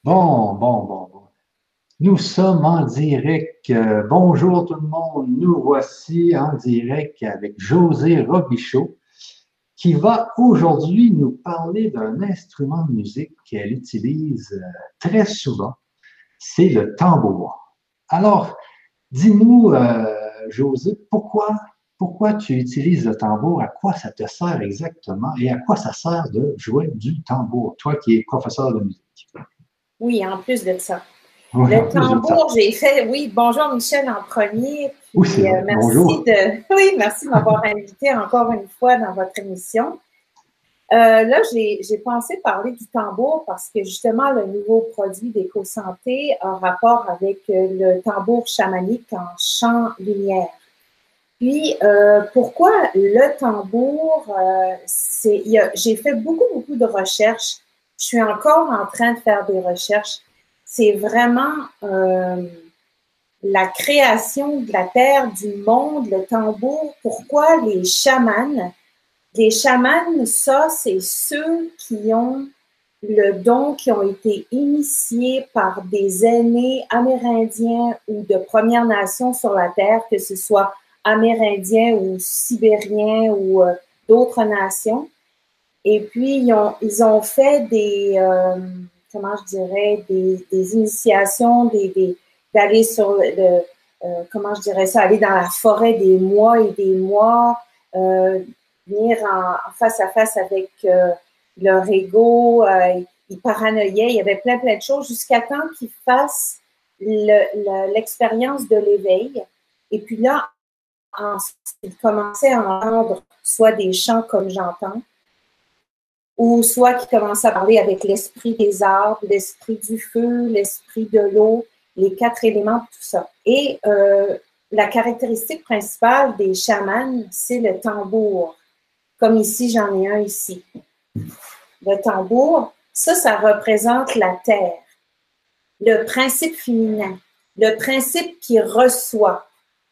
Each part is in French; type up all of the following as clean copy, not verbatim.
Bon. Nous sommes en direct. Bonjour tout le monde. Nous voici en direct avec José Robichaud qui va aujourd'hui nous parler d'un instrument de musique qu'elle utilise très souvent. C'est le tambour. Alors, dis-nous, José, pourquoi tu utilises le tambour? À quoi ça te sert exactement? Et à quoi ça sert de jouer du tambour, toi qui es professeur de musique? Oui, en plus de ça. Oui, Le en plus de ça. tambour, j'ai fait, oui, bonjour Michel en premier, Oui, c'est puis vrai. merci Bonjour. oui, merci de m'avoir invité encore une fois dans votre émission. Là, j'ai pensé parler du tambour parce que justement, le nouveau produit d'Éco-Santé a rapport avec le tambour chamanique en chant-lumière. Puis, pourquoi le tambour? J'ai fait beaucoup de recherches. Je suis encore en train de faire des recherches. C'est vraiment la création de la terre, du monde, le tambour. Pourquoi les chamans? Les chamans, ça, c'est ceux qui ont le don, qui ont été initiés par des aînés amérindiens ou de Premières Nations sur la Terre, que ce soit amérindiens ou sibériens ou d'autres nations. Et puis, ils ont fait comment je dirais, des initiations, d'aller sur comment je dirais ça, aller dans la forêt des mois et des mois, venir en face à face avec leur ego, ils paranoïaient, il y avait plein de choses jusqu'à temps qu'ils fassent l'expérience de l'éveil. Et puis là, ensuite, ils commençaient à entendre soit des chants comme j'entends, ou soit qui commençait à parler avec l'esprit des arbres, l'esprit du feu, l'esprit de l'eau, les quatre éléments, tout ça. Et la caractéristique principale des chamans, c'est le tambour. Comme ici, j'en ai un ici. Le tambour, ça représente la terre, le principe féminin, le principe qui reçoit.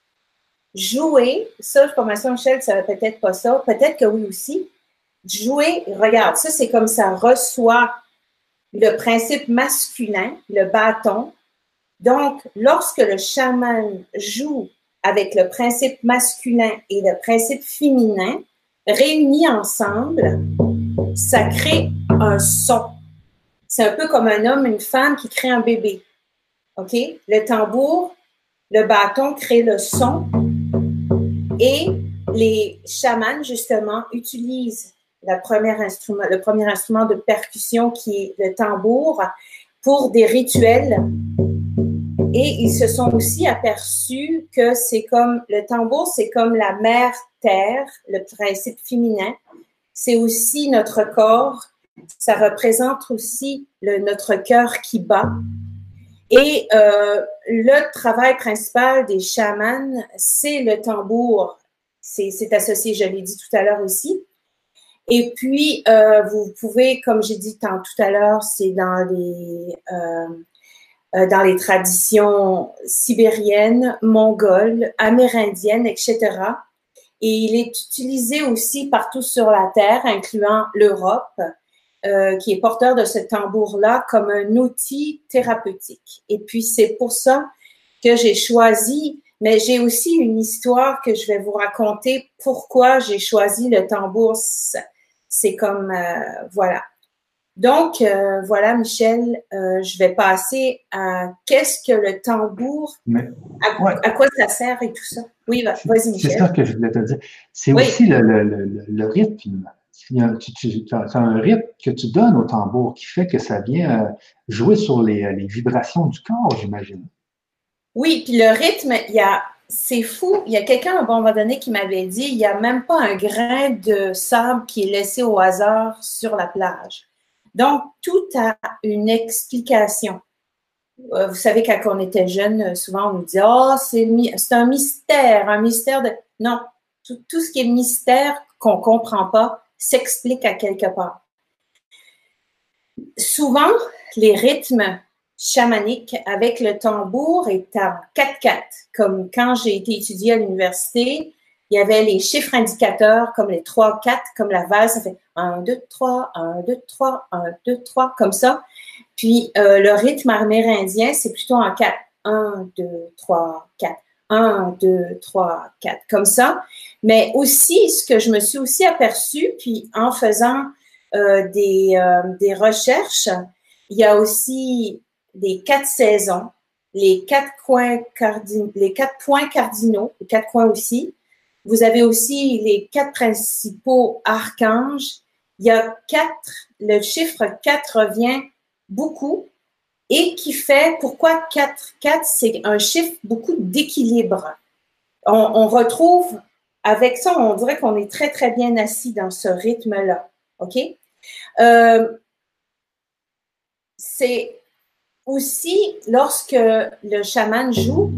Jouer, ça, formation Michel, ça ne peut-être pas ça, peut-être que oui aussi. Jouer, regarde, ça c'est comme ça reçoit le principe masculin, le bâton. Donc, lorsque le chaman joue avec le principe masculin et le principe féminin, réunis ensemble, ça crée un son. C'est un peu comme un homme, une femme qui crée un bébé. OK? Le tambour, le bâton crée le son et les chamans, justement, utilisent le premier instrument de percussion qui est le tambour pour des rituels. Et ils se sont aussi aperçus que c'est comme le tambour, c'est comme la mère terre, le principe féminin. C'est aussi notre corps. Ça représente aussi notre cœur qui bat. Et le travail principal des chamans, c'est le tambour. C'est associé, je l'ai dit tout à l'heure aussi. Et puis, vous pouvez, comme j'ai dit tout à l'heure, c'est dans les traditions sibériennes, mongoles, amérindiennes, etc. Et il est utilisé aussi partout sur la Terre, incluant l'Europe, qui est porteur de ce tambour-là comme un outil thérapeutique. Et puis, c'est pour ça que j'ai choisi, mais j'ai aussi une histoire que je vais vous raconter pourquoi j'ai choisi le tambour. C'est comme, voilà. Donc, voilà, Michel, je vais passer à qu'est-ce que le tambour, Mais, ouais, à quoi ça sert et tout ça. Oui, vas-y, c'est Michel. ça que je voulais te dire. C'est Oui. aussi le rythme. Tu as un rythme que tu donnes au tambour qui fait que ça vient jouer sur les vibrations du corps, j'imagine. Oui, puis le rythme, c'est fou. Il y a quelqu'un à un moment donné qui m'avait dit, il n'y a même pas un grain de sable qui est laissé au hasard sur la plage. Donc, tout a une explication. Vous savez, quand on était jeune, souvent on nous dit, oh, c'est un mystère de... Non, tout ce qui est mystère qu'on ne comprend pas s'explique à quelque part. Souvent, les rythmes chamaniques avec le tambour est en 4/4. Comme quand j'ai été étudiée à l'université, il y avait les chiffres indicateurs comme les 3/4, comme la valse, ça fait 1, 2, 3, 1, 2, 3, 1, 2, 3, comme ça. Puis, le rythme amérindien, c'est plutôt en 4. 1, 2, 3, 4. 1, 2, 3, 4. Comme ça. Mais aussi, ce que je me suis aussi aperçue, puis en faisant des recherches, il y a aussi les 4 saisons, les 4 points cardinaux, les 4 coins aussi. Vous avez aussi les 4 principaux archanges. Il y a 4, le chiffre 4 revient beaucoup et qui fait, pourquoi 4? 4, c'est un chiffre beaucoup d'équilibre. On retrouve, avec ça, on dirait qu'on est très, très bien assis dans ce rythme-là. OK? C'est aussi lorsque le chaman joue,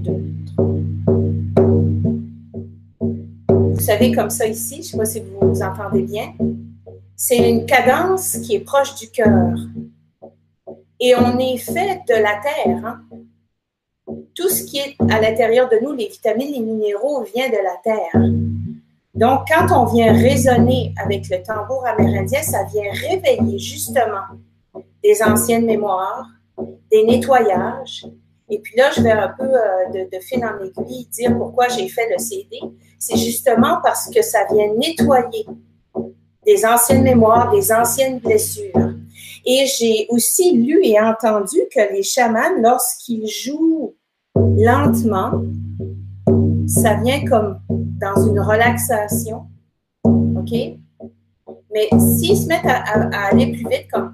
vous savez, comme ça ici, je ne sais pas si vous entendez bien, c'est une cadence qui est proche du cœur. Et on est fait de la terre. Hein? Tout ce qui est à l'intérieur de nous, les vitamines, les minéraux, vient de la terre. Donc, quand on vient résonner avec le tambour amérindien, ça vient réveiller justement des anciennes mémoires, des nettoyages. Et puis là, je vais un peu de fil en aiguille dire pourquoi j'ai fait le CD. C'est justement parce que ça vient nettoyer des anciennes mémoires, des anciennes blessures. Et j'ai aussi lu et entendu que les chamans, lorsqu'ils jouent lentement, ça vient comme dans une relaxation, OK? Mais s'ils se mettent à aller plus vite, comme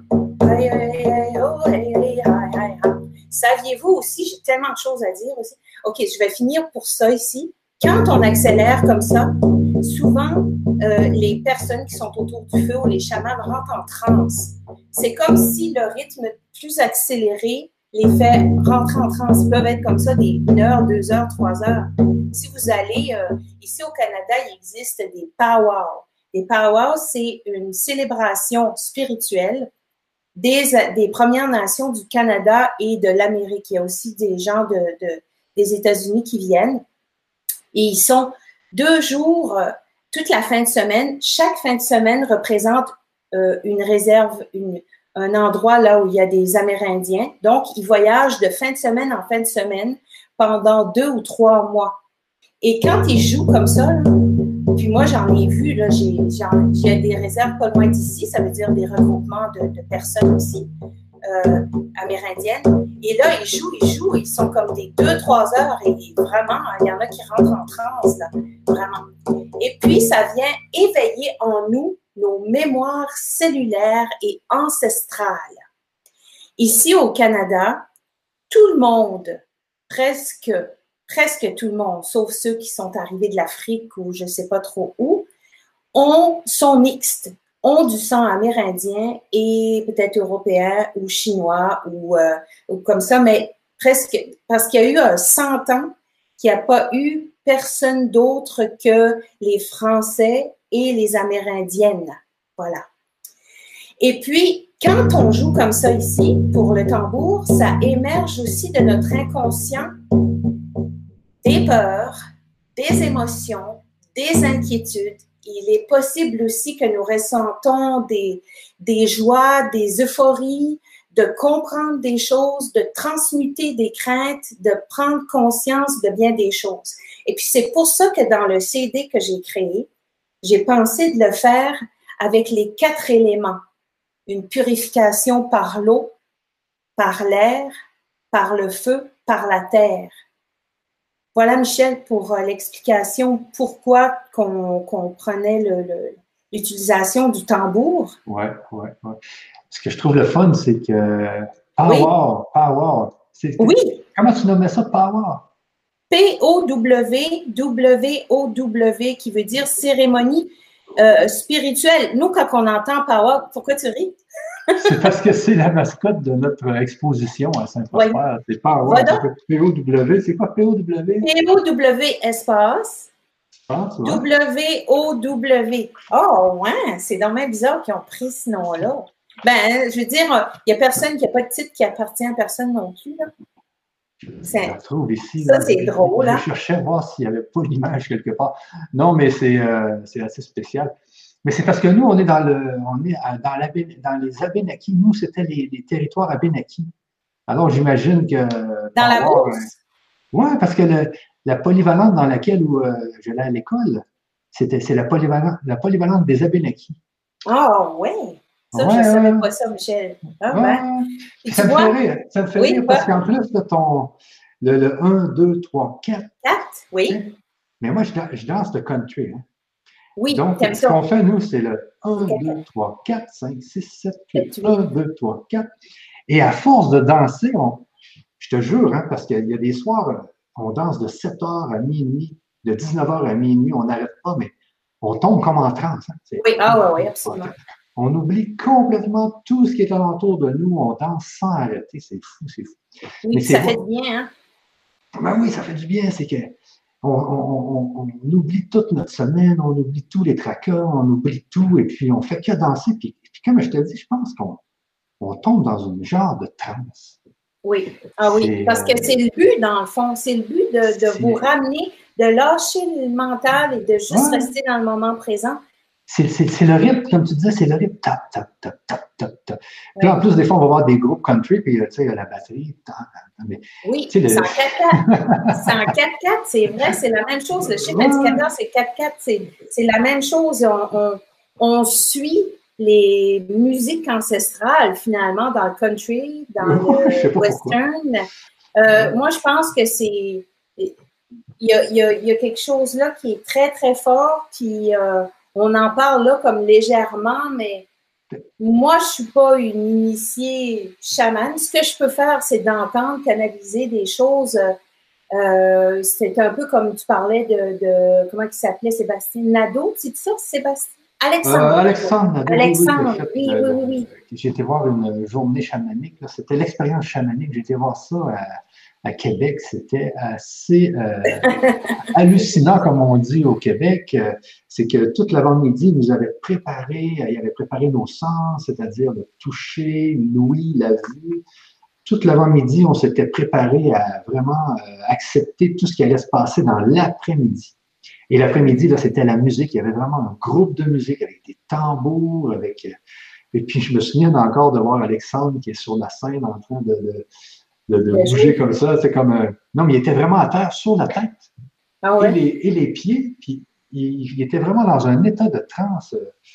saviez-vous aussi, j'ai tellement de choses à dire aussi. OK, je vais finir pour ça ici. Quand on accélère comme ça, souvent, les personnes qui sont autour du feu ou les chamans rentrent en transe. C'est comme si le rythme plus accéléré les fait rentrer en transe. Ils peuvent être comme ça des 1 heure, 2 heures, 3 heures. Si vous allez, ici au Canada, il existe des powwows. Les powwows, c'est une célébration spirituelle des Premières Nations du Canada et de l'Amérique. Il y a aussi des gens des États-Unis qui viennent. Et ils sont 2 jours, toute la fin de semaine. Chaque fin de semaine représente une réserve, un endroit là où il y a des Amérindiens. Donc, ils voyagent de fin de semaine en fin de semaine pendant 2 ou 3 mois. Et quand ils jouent comme ça, là, puis moi, j'en ai vu, là, j'ai des réserves pas loin d'ici, ça veut dire des regroupements de personnes aussi, amérindiennes. Et là, ils jouent, ils sont comme des 2-3 heures et vraiment, il y en a qui rentrent en transe, là, vraiment. Et puis, ça vient éveiller en nous nos mémoires cellulaires et ancestrales. Ici, au Canada, tout le monde, presque tout le monde, sauf ceux qui sont arrivés de l'Afrique ou je ne sais pas trop où, sont mixtes, ont du sang amérindien et peut-être européen ou chinois ou comme ça, mais presque, parce qu'il y a eu 100 ans qu'il n'y a pas eu personne d'autre que les Français et les Amérindiennes. Voilà. Et puis, quand on joue comme ça ici, pour le tambour, ça émerge aussi de notre inconscient des peurs, des émotions, des inquiétudes. Il est possible aussi que nous ressentons des joies, des euphories, de comprendre des choses, de transmuter des craintes, de prendre conscience de bien des choses. Et puis, c'est pour ça que dans le CD que j'ai créé, j'ai pensé de le faire avec les 4 éléments. Une purification par l'eau, par l'air, par le feu, par la terre. Voilà, Michel, pour l'explication pourquoi qu'on prenait l'utilisation du tambour. Oui. Ce que je trouve le fun, c'est que power, Oui. Comment tu nommais ça, power? P-O-W-W-O-W, qui veut dire cérémonie spirituelle. Nous, quand on entend power, pourquoi tu ris? C'est parce que c'est la mascotte de notre exposition à Saint-Prosper. Oui. C'est Power. Voilà. P-O-W. C'est quoi P-O-W? P-O-W espace. W-O-W. Oh, ouais, c'est dommage bizarre qu'ils ont pris ce nom-là. Ben, je veux dire, il n'y a personne qui n'a pas de titre qui appartient à personne non plus. Là. Je la trouve ici. Ça, c'est drôle. Je cherchais à voir s'il n'y avait pas l'image quelque part. Non, mais c'est assez spécial. Mais c'est parce que nous, on est dans les Abénakis. Nous, c'était les territoires Abénakis. Alors, j'imagine que Dans pour la avoir. bourse? Ouais, parce que la polyvalente dans laquelle où, j'allais à l'école, c'est la polyvalente des Abénakis. Ah, oui. Ça, je ne Ouais, savais ouais, pas ça, Michel. Ah, ouais, ben. ouais. Et Puis tu ça me fait vois? rire. Ça me fait Oui, rire parce quoi? qu'en plus, là, le 1, 2, 3, 4, 4? tu Oui. sais, mais moi, je danse le country. Hein. Oui, Donc, t'aimes ce qu'on ça. fait, nous, c'est le C'est 1, 2, 4, 3, 4, 5, 6, 7, 8. 7, 8. 1, 2, 3, 4. Et à force de danser, je te jure, hein, parce qu'il y a des soirs, on danse de 7 heures à minuit, de 19 heures à minuit, on n'arrête pas, mais on tombe comme en transe. Hein. Oui, ah, oui, oui, absolument. On oublie complètement tout ce qui est alentour de nous, on danse sans arrêter, c'est fou, c'est fou. Oui, Mais puis c'est ça fait bon. du bien, hein? Ben oui, ça fait du bien, c'est que on oublie toute notre semaine, on oublie tous les tracas, on oublie tout, et puis on fait que danser. Puis comme je te dis, je pense qu'on tombe dans une genre de transe. Oui, ah oui, C'est parce que c'est le but, dans le fond, c'est le but de vous c'est- ramener, de lâcher le mental et de juste ouais, rester dans le moment présent. c'est le rythme, comme tu disais, c'est le rythme. Tap, tap, tap, tap, tap, tap. Puis en Oui, plus, des fois, on va voir des groupes country, puis tu sais, la batterie. Tap, tap, tap, mais, oui, tu sais, c'est en 4-4. C'est en 4-4, c'est vrai, c'est la même chose. Le chiffre indicateur, c'est 4-4, c'est la même chose. On suit les musiques ancestrales, finalement, dans le country, dans je sais le pas pourquoi. western. Ouais. Moi, je pense que c'est... Il y a quelque chose là qui est très, très fort, qui, on en parle là comme légèrement, mais moi, je ne suis pas une initiée chamane. Ce que je peux faire, c'est d'entendre, canaliser des choses. C'est un peu comme tu parlais comment il s'appelait, Sébastien Nadeau, c'est ça, Sébastien? Alexandre. Alexandre Nadeau, oui, oui, qui a Alexandre, fait oui, oui, oui, oui. j'ai été voir une journée chamanique. C'était l'expérience chamanique. J'ai été voir ça à Québec. C'était assez hallucinant, comme on dit au Québec. C'est que toute l'avant-midi, il avait préparé nos sens, c'est-à-dire le toucher, l'ouïe, la vue. Toute l'avant-midi, on s'était préparé à vraiment accepter tout ce qui allait se passer dans l'après-midi. Et l'après-midi, là, c'était la musique. Il y avait vraiment un groupe de musique avec des tambours, et puis je me souviens encore de voir Alexandre qui est sur la scène en train de Le bouger jeu. comme ça. C'est comme non, mais il était vraiment à terre sur la tête Ah et ouais? les pieds, puis il était vraiment dans un état de transe.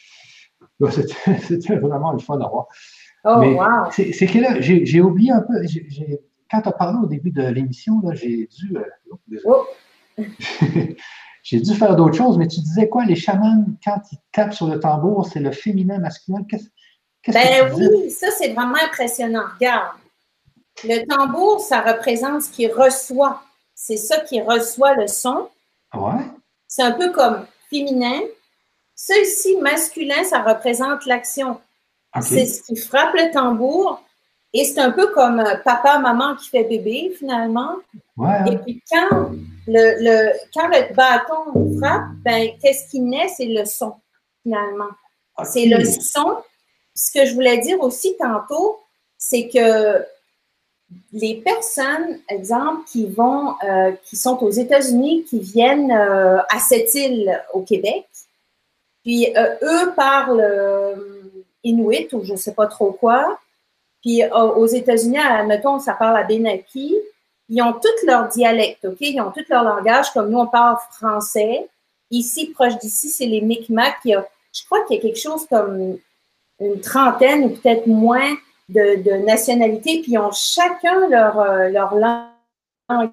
C'était vraiment le fun à voir. Oh, Mais wow. c'est que là, j'ai oublié un peu. Quand tu as parlé au début de l'émission, là, j'ai dû. Désolé. Oh. J'ai dû faire d'autres choses, mais tu disais quoi, les chamans, quand ils tapent sur le tambour, c'est le féminin, masculin. Qu'est-ce que tu Ben disais? oui, ça, c'est vraiment impressionnant. Regarde. Le tambour, ça représente ce qui reçoit. C'est ça qui reçoit le son. Ouais. C'est un peu comme féminin. Ça ici, masculin, ça représente l'action. C'est OK. ce qui frappe le tambour. Et c'est un peu comme papa, maman qui fait bébé, finalement. Ouais. Et puis, quand le bâton frappe, ben, qu'est-ce qui naît? C'est le son, finalement. C'est le OK. son. Ce que je voulais dire aussi tantôt, c'est que les personnes, exemple, qui sont aux États-Unis, qui viennent à cette île au Québec, puis eux parlent inuit ou je ne sais pas trop quoi, puis aux États-Unis, admettons, ça parle à Benaki, ils ont tous leur dialecte, OK? Ils ont tout leur langage, comme nous, on parle français. Ici, proche d'ici, c'est les Micmacs. Je crois qu'il y a quelque chose comme une trentaine ou peut-être moins de nationalités, puis ils ont chacun leur langage.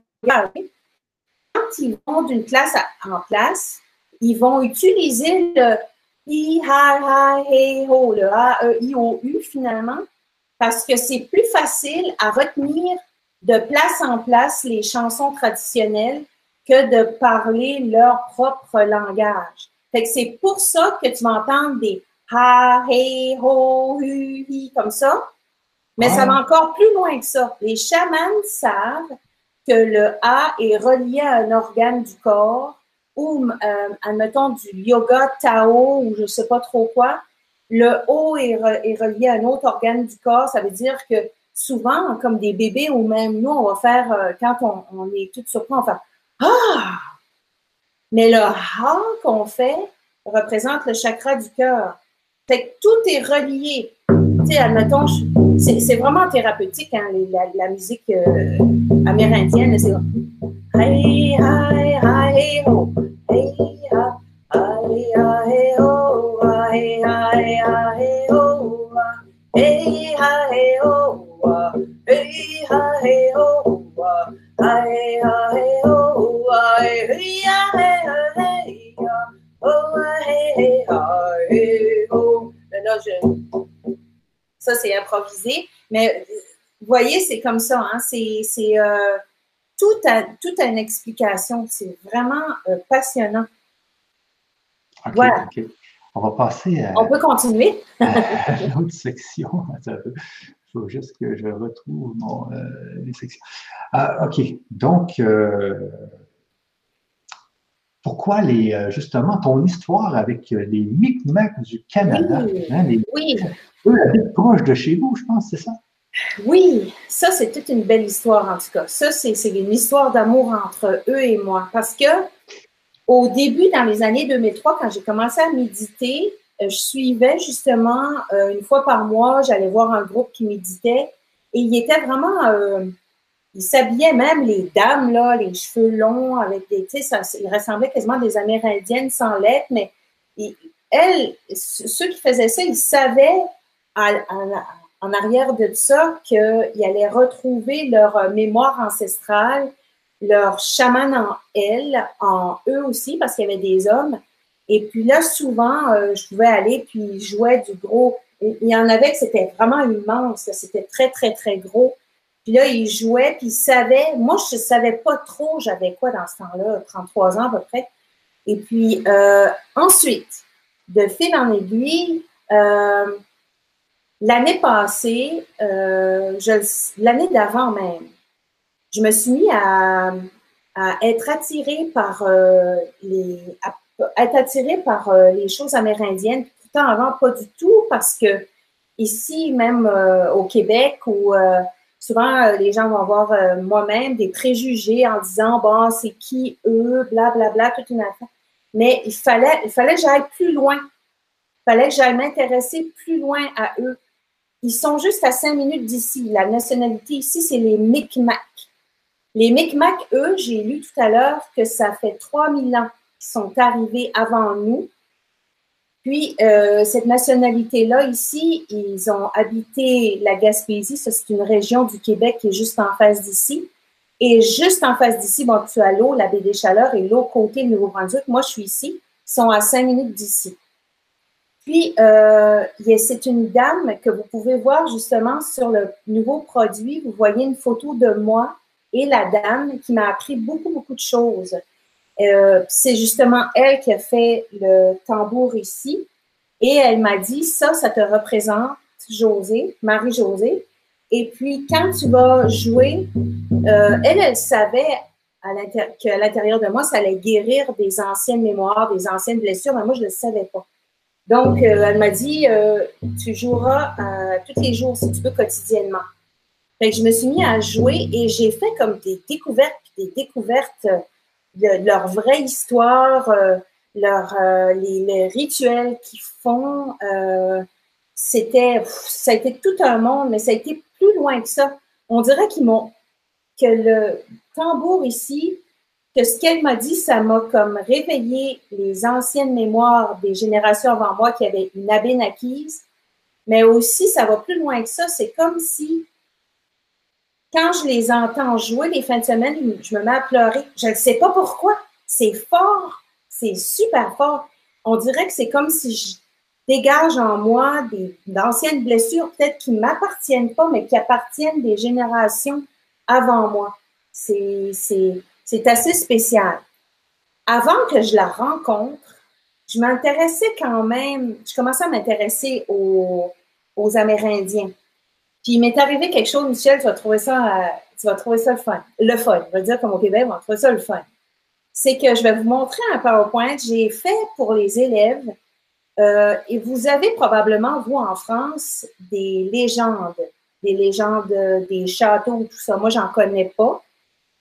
Quand ils vont d'une classe en classe, ils vont utiliser le I, ha, ha, he, ho, le A, E, I, O, U finalement, parce que c'est plus facile à retenir de place en place les chansons traditionnelles que de parler leur propre langage. Fait que c'est pour ça que tu vas entendre des ha, he, ho, hu, hi, comme ça. Mais ça va Ouais. encore plus loin que ça. Les chamans savent que le A est relié à un organe du corps ou, admettons, du yoga Tao ou je ne sais pas trop quoi. Le O est relié à un autre organe du corps. Ça veut dire que souvent, comme des bébés ou même nous, on va faire, quand on est tout surpris, on va faire « Ah! » Mais le « Ah » qu'on fait, représente le chakra du cœur. Fait que tout est relié. Tu sais, admettons, c'est vraiment thérapeutique, hein, la musique amérindienne. C'est hey, hi, hi, ho. Hey, ha, hi, hi, ho. Hey, hi, hi, ho. Hey, hi, ho. Hey, hi, ho. Hey, hi, ho. Hey, hi, oh, hey, hey, oh. Là, ça, c'est improvisé. Mais vous voyez, c'est comme ça. Hein? Tout a une explication. C'est vraiment passionnant. OK, Voilà. OK. On va passer On peut continuer. à l'autre section. Il faut juste que je retrouve les sections. OK. Donc, pourquoi justement ton histoire avec les Micmacs du Canada? Oui, Hein, oui. Eux habitent proche de chez vous, je pense, c'est ça? Oui, ça, c'est toute une belle histoire, en tout cas. Ça, c'est une histoire d'amour entre eux et moi. Parce que au début, dans les années 2003, quand j'ai commencé à méditer, je suivais justement, une fois par mois, j'allais voir un groupe qui méditait. Et il était vraiment... ils s'habillaient même, les dames, là, les cheveux longs, avec des... Tu sais, ils ressemblaient quasiment à des Amérindiennes sans lettres, mais ceux qui faisaient ça, ils savaient en arrière de ça qu'ils allaient retrouver leur mémoire ancestrale, leur chaman en eux aussi, parce qu'il y avait des hommes. Et puis là, souvent, je pouvais aller, puis ils jouaient du gros... Il y en avait que c'était vraiment immense, c'était très, très, très gros. Puis là, ils jouaient, puis ils savaient... Moi, je ne savais pas trop j'avais quoi dans ce temps-là, 33 ans à peu près. Et puis, ensuite, de fil en aiguille, l'année passée, l'année d'avant même, je me suis mis à être attirée par les choses amérindiennes. Pourtant, avant, pas du tout, parce que ici, même au Québec, où souvent les gens vont avoir moi-même des préjugés en disant, bon, c'est qui eux, blablabla, bla, bla, toute une affaire. Mais il fallait que j'aille plus loin. Il fallait que j'aille m'intéresser plus loin à eux. Ils sont juste à 5 minutes d'ici. La nationalité ici, c'est les Micmacs. Les Micmacs, eux, j'ai lu tout à l'heure que ça fait 3000 ans qu'ils sont arrivés avant nous. Puis, cette nationalité-là, ici, ils ont habité la Gaspésie. Ça, c'est une région du Québec qui est juste en face d'ici. Et juste en face d'ici, bon, tu as l'eau, la baie des Chaleurs, et l'autre côté, le Nouveau-Brunswick. Moi, je suis ici. Ils sont à 5 minutes d'ici. Puis, c'est une dame que vous pouvez voir justement sur le nouveau produit. Vous voyez une photo de moi et la dame qui m'a appris beaucoup, beaucoup de choses. C'est justement elle qui a fait le tambour ici. Et elle m'a dit, ça te représente Josée, Marie-Josée. Et puis, quand tu vas jouer, elle savait qu'à l'intérieur de moi, ça allait guérir des anciennes mémoires, des anciennes blessures, mais moi, je ne le savais pas. Donc, elle m'a dit, tu joueras tous les jours, si tu peux, quotidiennement. Fait que je me suis mis à jouer et j'ai fait comme des découvertes de leur vraie histoire, les rituels qu'ils font. Ça a été tout un monde, mais ça a été plus loin que ça. On dirait que le tambour ici, que ce qu'elle m'a dit, ça m'a comme réveillé les anciennes mémoires des générations avant moi qui avaient une abénakise, mais aussi, ça va plus loin que ça. C'est comme si, quand je les entends jouer les fins de semaine, je me mets à pleurer. Je ne sais pas pourquoi. C'est fort. C'est super fort. On dirait que c'est comme si je dégage en moi d'anciennes blessures, peut-être qui ne m'appartiennent pas, mais qui appartiennent des générations avant moi. C'est assez spécial. Avant que je la rencontre, je m'intéressais quand même, je commençais à m'intéresser aux Amérindiens. Puis il m'est arrivé quelque chose, Michel, tu vas trouver ça le fun. Le fun, on va dire comme au Québec, on va trouver ça le fun. C'est que je vais vous montrer un PowerPoint que j'ai fait pour les élèves. Et vous avez probablement, vous, en France, des légendes des châteaux, tout ça. Moi, j'en connais pas.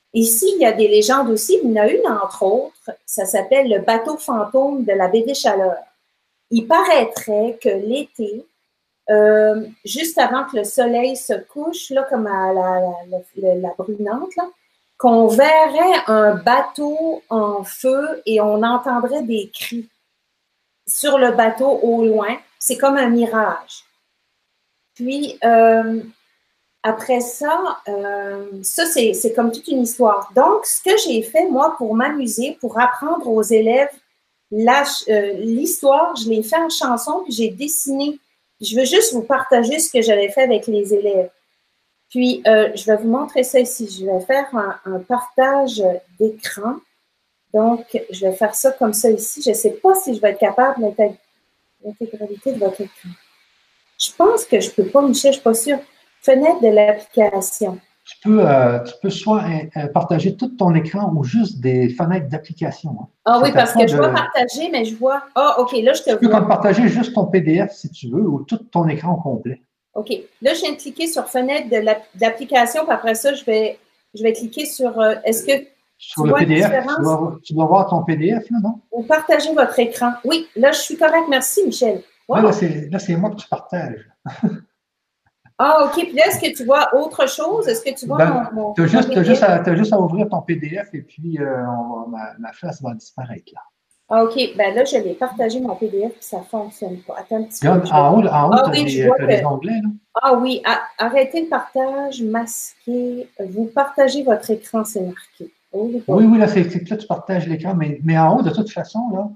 Ici, il y a des légendes aussi. Il y en a une, entre autres, ça s'appelle le bateau fantôme de la baie des Chaleurs. Il paraîtrait que l'été, juste avant que le soleil se couche, là, comme à la brunante, là, qu'on verrait un bateau en feu et on entendrait des cris sur le bateau au loin. C'est comme un mirage. Puis, après ça, ça c'est comme toute une histoire. Donc, ce que j'ai fait, moi, pour m'amuser, pour apprendre aux élèves l'histoire, je l'ai fait en chanson, puis j'ai dessiné. Je veux juste vous partager ce que j'avais fait avec les élèves. Puis, je vais vous montrer ça ici. Je vais faire un partage d'écran. Donc, je vais faire ça comme ça ici. Je ne sais pas si je vais être capable l'intégralité de votre écran. Je pense que je ne peux pas, Michel, je ne suis pas sûre. Fenêtre de l'application. Tu peux soit partager tout ton écran ou juste des fenêtres d'application. Hein. Ah oui, parce que je vois partager, mais je vois... Ah, OK, là, je te vois. Tu peux comme partager juste ton PDF si tu veux ou tout ton écran complet. OK. Là, je viens de cliquer sur fenêtre de l'application, puis après ça, je vais cliquer sur... Est-ce que sur le PDF, tu dois voir ton PDF, là, non? Ou partager votre écran. Oui, là, je suis correcte. Merci, Michel. Wow. Là, c'est moi que tu partages. Ah, OK. Puis là, est-ce que tu vois autre chose? Est-ce que tu vois mon tu as juste à ouvrir ton PDF et puis ma face va disparaître, là. Ah, OK. Ben là, je l'ai partagé mon PDF et ça ne fonctionne pas. Attends un petit peu. En haut, tu as des onglets, là. Ah oui, arrêtez le partage, masquer. Vous partagez votre écran, c'est marqué. Oui, là, là, tu partages l'écran, mais en haut, de toute façon, là.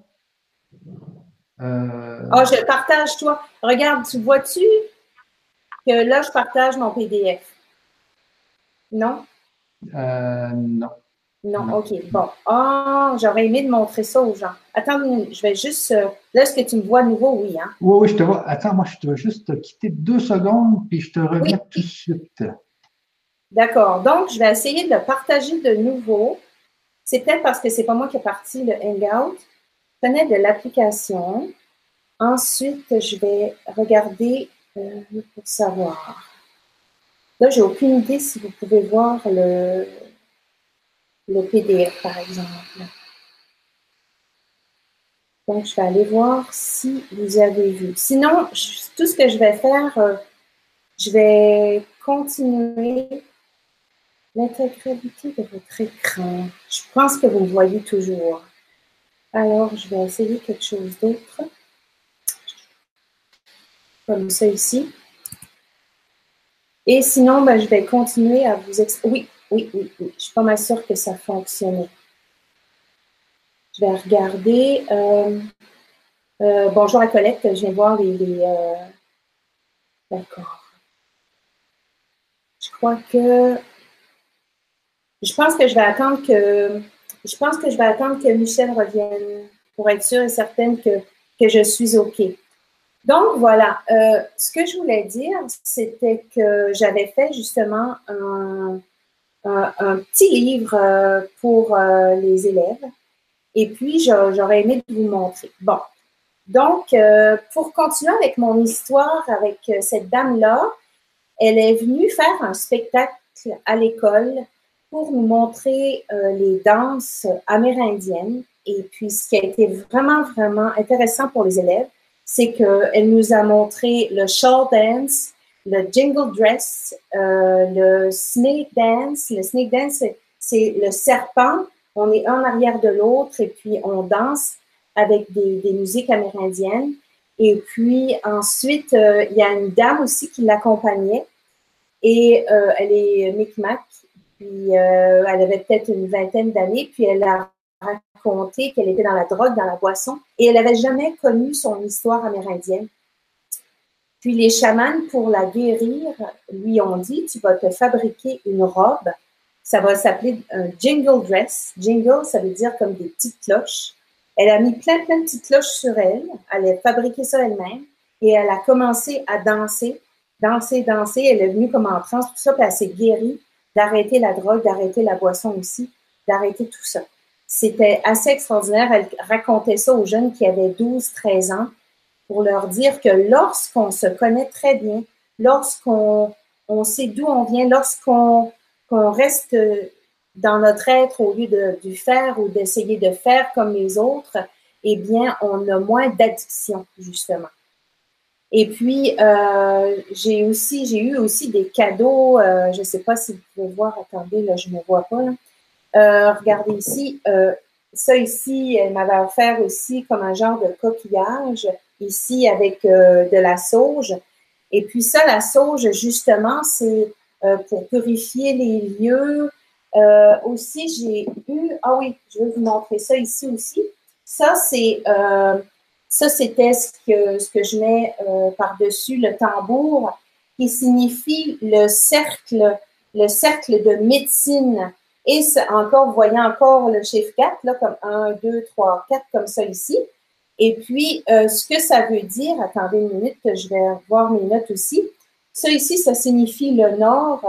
Ah, je partage, toi. Regarde, tu vois-tu que là, je partage mon PDF? Non? Non. Non, OK. Bon. Ah, j'aurais aimé de montrer ça aux gens. Attends, je vais juste. Là, est-ce que tu me vois à nouveau? Oui, hein? Oui, je te vois. Attends, moi, je te vais juste quitter 2 secondes, puis je te reviens tout de suite. D'accord. Donc, je vais essayer de le partager de nouveau. C'est peut-être parce que c'est pas moi qui ai parti le Hangout. Fenêtre de l'application. Ensuite, je vais regarder pour savoir. Là, j'ai aucune idée si vous pouvez voir le PDF, par exemple. Donc, je vais aller voir si vous avez vu. Sinon, tout ce que je vais faire, je vais continuer l'intégralité de votre écran. Je pense que vous me voyez toujours. Alors, je vais essayer quelque chose d'autre. Comme ça ici. Et sinon, ben, je vais continuer à vous expliquer. Oui. Je suis pas mal sûre que ça fonctionnait. Je vais regarder. Bonjour à Colette, je viens voir les D'accord. Je pense que je vais attendre que Michel revienne pour être sûre et certaine que je suis OK. Donc, voilà. Ce que je voulais dire, c'était que j'avais fait justement un petit livre pour les élèves. Et puis, j'aurais aimé vous montrer. Bon. Donc, pour continuer avec mon histoire avec cette dame-là, elle est venue faire un spectacle à l'école pour nous montrer les danses amérindiennes. Et puis, ce qui a été vraiment, vraiment intéressant pour les élèves, c'est qu'elle nous a montré le shawl dance, le jingle dress, le snake dance. Le snake dance, c'est le serpent. On est un arrière de l'autre et puis on danse avec des musiques amérindiennes. Et puis ensuite, il y a une dame aussi qui l'accompagnait. Et elle est Micmac, puis elle avait peut-être une vingtaine d'années, puis elle a raconté qu'elle était dans la drogue, dans la boisson, et elle n'avait jamais connu son histoire amérindienne. Puis les chamans, pour la guérir, lui ont dit, tu vas te fabriquer une robe, ça va s'appeler un jingle dress. Jingle, ça veut dire comme des petites cloches. Elle a mis plein de petites cloches sur elle, elle a fabriqué ça elle-même, et elle a commencé à danser, elle est venue comme en transe, tout ça, puis elle s'est guérie d'arrêter la drogue, d'arrêter la boisson aussi, d'arrêter tout ça. C'était assez extraordinaire. Elle racontait ça aux jeunes qui avaient 12-13 ans pour leur dire que lorsqu'on se connaît très bien, lorsqu'on sait d'où on vient, lorsqu'on reste dans notre être, au lieu de faire ou d'essayer de faire comme les autres, eh bien, on a moins d'addiction, justement. Et puis, j'ai eu aussi des cadeaux. Je ne sais pas si vous pouvez voir. Attendez, là, je ne me vois pas. Regardez ici. Ça ici, elle m'avait offert aussi comme un genre de coquillage, ici avec de la sauge. Et puis ça, la sauge, justement, c'est pour purifier les lieux. Aussi, j'ai eu... Ah oui, je vais vous montrer ça ici aussi. Ça, c'était ce que je mets par-dessus le tambour, qui signifie le cercle de médecine. Et encore, vous voyez encore le chiffre 4, là, comme 1, 2, 3, 4, comme ça ici. Et puis, ce que ça veut dire, attendez une minute, je vais voir mes notes aussi. Ça ici, ça signifie le nord.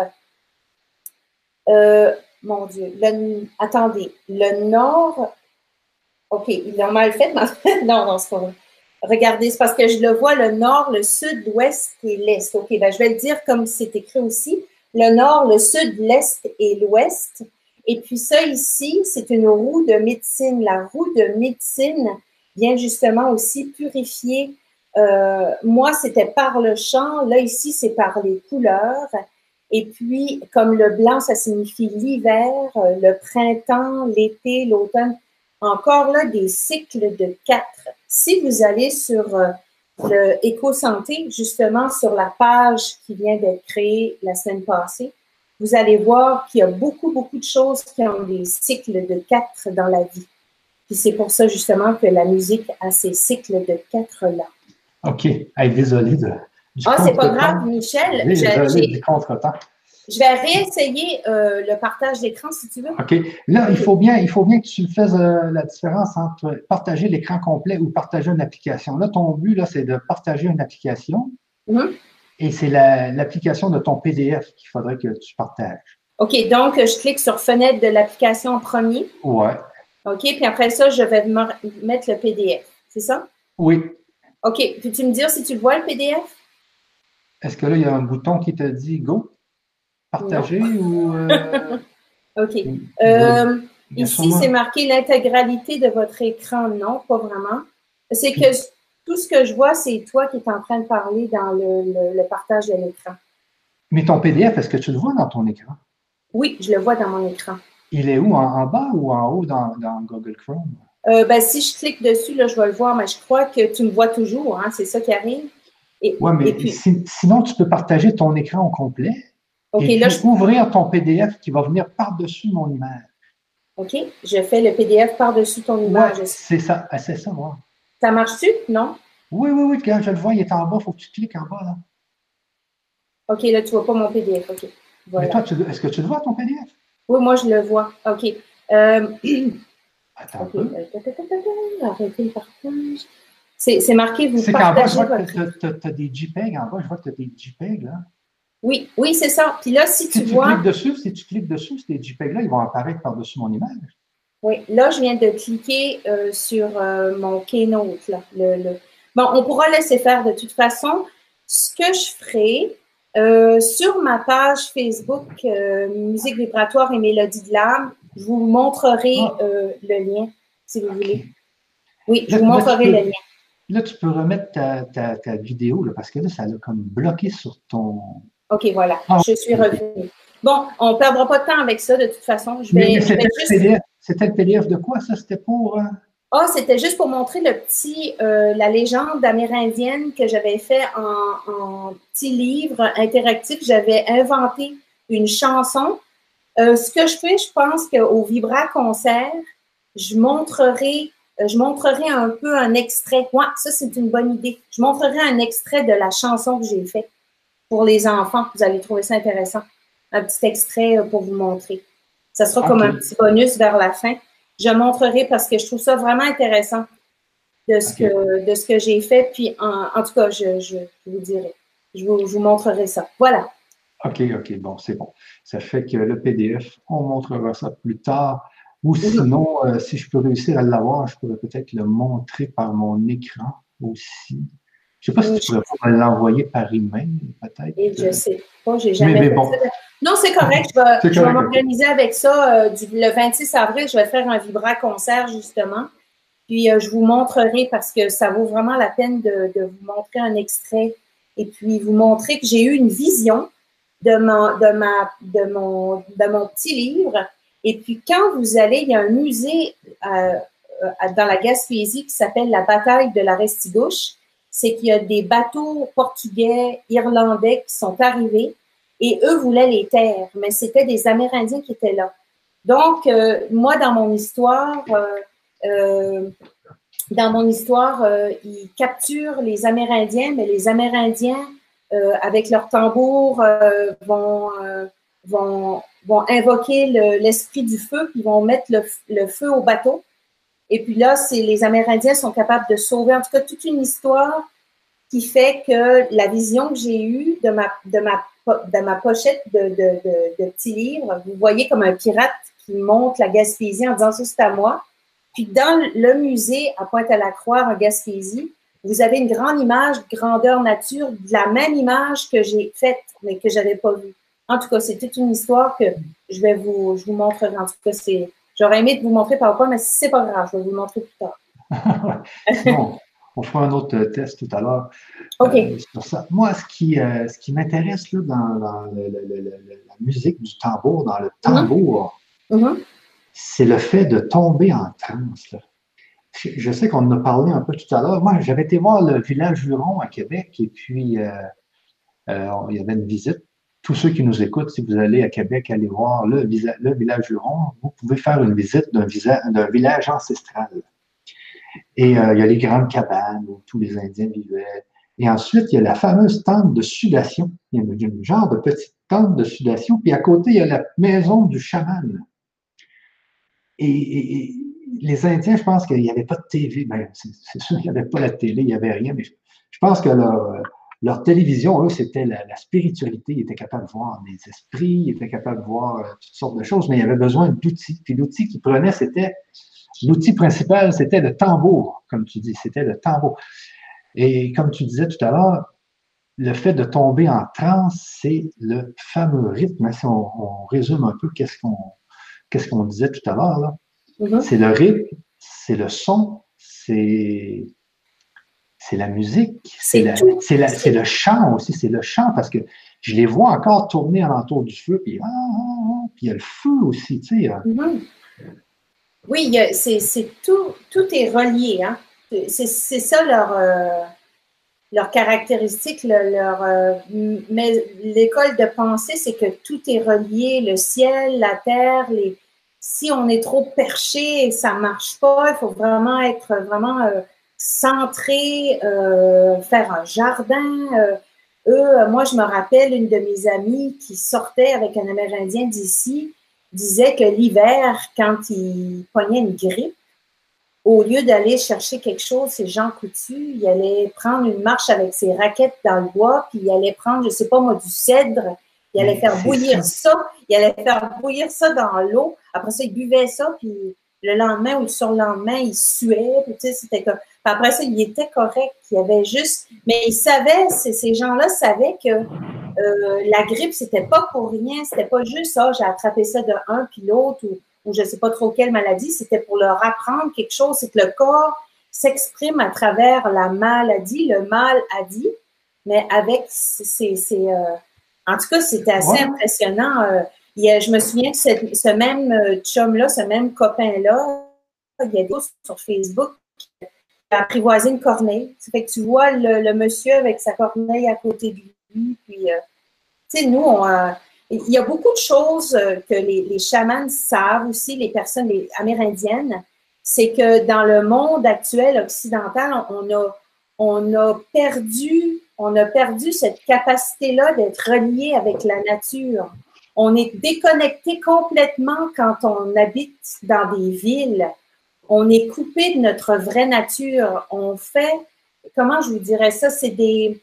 Mon Dieu, attendez, le nord, OK, ils l'ont mal fait, mais non, c'est pas vrai. Regardez, c'est parce que je le vois, le nord, le sud, l'ouest et l'est. OK, ben je vais le dire comme c'est écrit aussi. Le nord, le sud, l'est et l'ouest. Et puis ça ici, c'est une roue de médecine. La roue de médecine vient justement aussi purifier. Moi, c'était par le chant. Là, ici, c'est par les couleurs. Et puis, comme le blanc, ça signifie l'hiver, le printemps, l'été, l'automne. Encore là, des cycles de 4. Si vous allez sur le Éco-Santé, justement, sur la page qui vient d'être créée la semaine passée, vous allez voir qu'il y a beaucoup, beaucoup de choses qui ont des cycles de 4 dans la vie. Puis c'est pour ça, justement, que la musique a ces cycles de 4-là. OK. Hey, désolé du c'est pas grave, Michel. Désolé du contretemps. Je vais réessayer le partage d'écran, si tu veux. OK. Là, il faut bien que tu fasses la différence entre partager l'écran complet ou partager une application. Là, ton but, là, c'est de partager une application. Et c'est l'application de ton PDF qu'il faudrait que tu partages. OK, donc je clique sur fenêtre de l'application en premier. Ouais. OK, puis après ça, je vais mettre le PDF. C'est ça? Oui. OK, peux-tu me dire si tu le vois, le PDF? Est-ce que là, il y a un bouton qui te dit Go? Partager ou. OK. Ici, c'est marqué l'intégralité de votre écran. Non, pas vraiment. C'est que tout ce que je vois, c'est toi qui es en train de parler dans le partage de l'écran. Mais ton PDF, est-ce que tu le vois dans ton écran? Oui, je le vois dans mon écran. Il est où? En bas ou en haut dans Google Chrome? Si je clique dessus, là, je vais le voir, mais je crois que tu me vois toujours. Hein, c'est ça qui arrive. Oui, mais sinon, tu peux partager ton écran au complet. OK, et là, puis ouvrir ton PDF qui va venir par-dessus mon image. OK, je fais le PDF par-dessus ton image. Ouais, c'est ça, moi. Ça marche-tu? Non? Oui, quand je le vois, il est en bas, il faut que tu cliques en bas, là. OK, là, tu ne vois pas mon PDF. OK. Voilà. Mais toi, est-ce que tu le vois, ton PDF? Oui, moi, je le vois. OK. Attends un peu. Arrêtez le partage. C'est marqué, vous partagez. C'est qu'en bas, je vois que tu as des JPEG. En bas, je vois que tu as des JPEG, là. Oui, c'est ça. Puis là, si tu vois… Si tu cliques dessus, ces JPEG-là, ils vont apparaître par-dessus mon image. Oui, là, je viens de cliquer sur mon Keynote. Là, Bon, on pourra laisser faire de toute façon. Ce que je ferai, sur ma page Facebook Musique vibratoire et mélodie de l'âme, je vous montrerai le lien, si vous voulez. Oui, je vous montrerai le lien. Là, tu peux remettre ta vidéo, là, parce que là, ça l'a comme bloqué sur ton… OK, voilà. Je suis revenue. Bon, on ne perdra pas de temps avec ça, de toute façon. C'était le PDF de quoi, ça? C'était pour… c'était juste pour montrer la légende amérindienne que j'avais fait en petit livre interactif. J'avais inventé une chanson. Ce que je fais, je pense qu'au Vibra Concert, je montrerai un peu un extrait. Ouais, ça, c'est une bonne idée. Je montrerai un extrait de la chanson que j'ai faite pour les enfants. Vous allez trouver ça intéressant. Un petit extrait pour vous montrer. Ça sera comme un petit bonus vers la fin. Je montrerai parce que je trouve ça vraiment intéressant de ce que j'ai fait. Puis, en tout cas, je vous dirai. Je vous montrerai ça. Voilà. OK, bon, c'est bon. Ça fait que le PDF, on montrera ça plus tard. Ou sinon, si je peux réussir à l'avoir, je pourrais peut-être le montrer par mon écran aussi. Je ne sais pas si tu pourrais pas me l'envoyer par email, peut-être. Et je ne sais pas, j'ai jamais fait ça. Non, c'est correct. Je vais m'organiser avec ça. Le 26 avril, je vais faire un Vibra concert, justement. Puis, je vous montrerai parce que ça vaut vraiment la peine de vous montrer un extrait et puis vous montrer que j'ai eu une vision de mon petit livre. Et puis, quand vous allez, il y a un musée dans la Gaspésie qui s'appelle la bataille de la Restigouche. C'est qu'il y a des bateaux portugais, irlandais qui sont arrivés et eux voulaient les terres, mais c'était des Amérindiens qui étaient là. Donc, moi, dans mon histoire, ils capturent les Amérindiens, mais les Amérindiens, avec leurs tambours, vont invoquer l'esprit du feu, puis vont mettre le feu au bateau. Et puis là, les Amérindiens sont capables de sauver, en tout cas, toute une histoire qui fait que la vision que j'ai eue de ma pochette de petit livre, vous voyez comme un pirate qui monte la Gaspésie en disant ça, c'est à moi. Puis dans le musée à Pointe-à-la-Croix, en Gaspésie, vous avez une grande image de grandeur nature, de la même image que j'ai faite, mais que je n'avais pas vue. En tout cas, c'est toute une histoire que je vous montrerai. En tout cas, j'aurais aimé vous montrer par rapport, mais c'est pas grave, je vais vous le montrer plus tard. Bon, on fera un autre test tout à l'heure sur ça. Moi, ce qui m'intéresse là, dans la musique du tambour, dans le tambour, c'est le fait de tomber en transe. Là. Je sais qu'on en a parlé un peu tout à l'heure. Moi, j'avais été voir le village Huron à Québec et puis il y avait une visite. Tous ceux qui nous écoutent, si vous allez à Québec, allez voir le village Huron, vous pouvez faire une visite d'un village ancestral. Et il y a les grandes cabanes où tous les Indiens vivaient. Et ensuite, il y a la fameuse tente de sudation. Il y a un genre de petite tente de sudation. Puis à côté, il y a la maison du chaman. Et les Indiens, je pense qu'il n'y avait pas de TV. Ben, c'est sûr qu'il n'y avait pas la télé, il n'y avait rien. Mais je pense que leur télévision, eux, c'était la spiritualité. Ils étaient capables de voir des esprits, ils étaient capables de voir toutes sortes de choses, mais il y avait besoin d'outils. Puis l'outil qu'ils prenaient, l'outil principal, c'était le tambour, comme tu dis, c'était le tambour. Et comme tu disais tout à l'heure, le fait de tomber en transe, c'est le fameux rythme. Si on résume un peu qu'est-ce qu'on disait tout à l'heure, là. C'est le rythme, c'est le son, c'est la musique, c'est le chant aussi, c'est le chant, parce que je les vois encore tourner alentour du feu, puis il y a le feu aussi, tu sais. Oui, c'est tout est relié, hein. C'est ça leur caractéristique, mais l'école de pensée, c'est que tout est relié, le ciel, la terre, si on est trop perché, ça marche pas, il faut vraiment être centré, faire un jardin. Moi, je me rappelle une de mes amies qui sortait avec un Amérindien d'ici, disait que l'hiver, quand il pognait une grippe, au lieu d'aller chercher quelque chose, c'est Jean Coutu, il allait prendre une marche avec ses raquettes dans le bois, puis il allait prendre, je ne sais pas moi, du cèdre, il allait faire bouillir ça, dans l'eau. Après ça, il buvait ça, puis le lendemain ou le surlendemain, il suait, puis tu sais, c'était comme... Puis après ça, il était correct, il y avait juste... Mais il savait, ces gens-là savaient que la grippe, c'était pas pour rien, c'était pas juste ça, j'ai attrapé ça de un puis l'autre, ou je ne sais pas trop quelle maladie, c'était pour leur apprendre quelque chose, c'est que le corps s'exprime à travers la maladie, le mal a dit, mais avec en tout cas, c'était assez impressionnant. Je me souviens que ce même chum-là, ce même copain-là, il y a des choses sur Facebook qui a apprivoisé une corneille. Ça fait que tu vois le monsieur avec sa corneille à côté de lui, puis tu sais, nous, il y a beaucoup de choses que les chamans savent aussi, les personnes amérindiennes, c'est que dans le monde actuel occidental, on a perdu cette capacité-là d'être relié avec la nature. On est déconnecté complètement quand on habite dans des villes. On est coupé de notre vraie nature. On fait, comment je vous dirais ça, c'était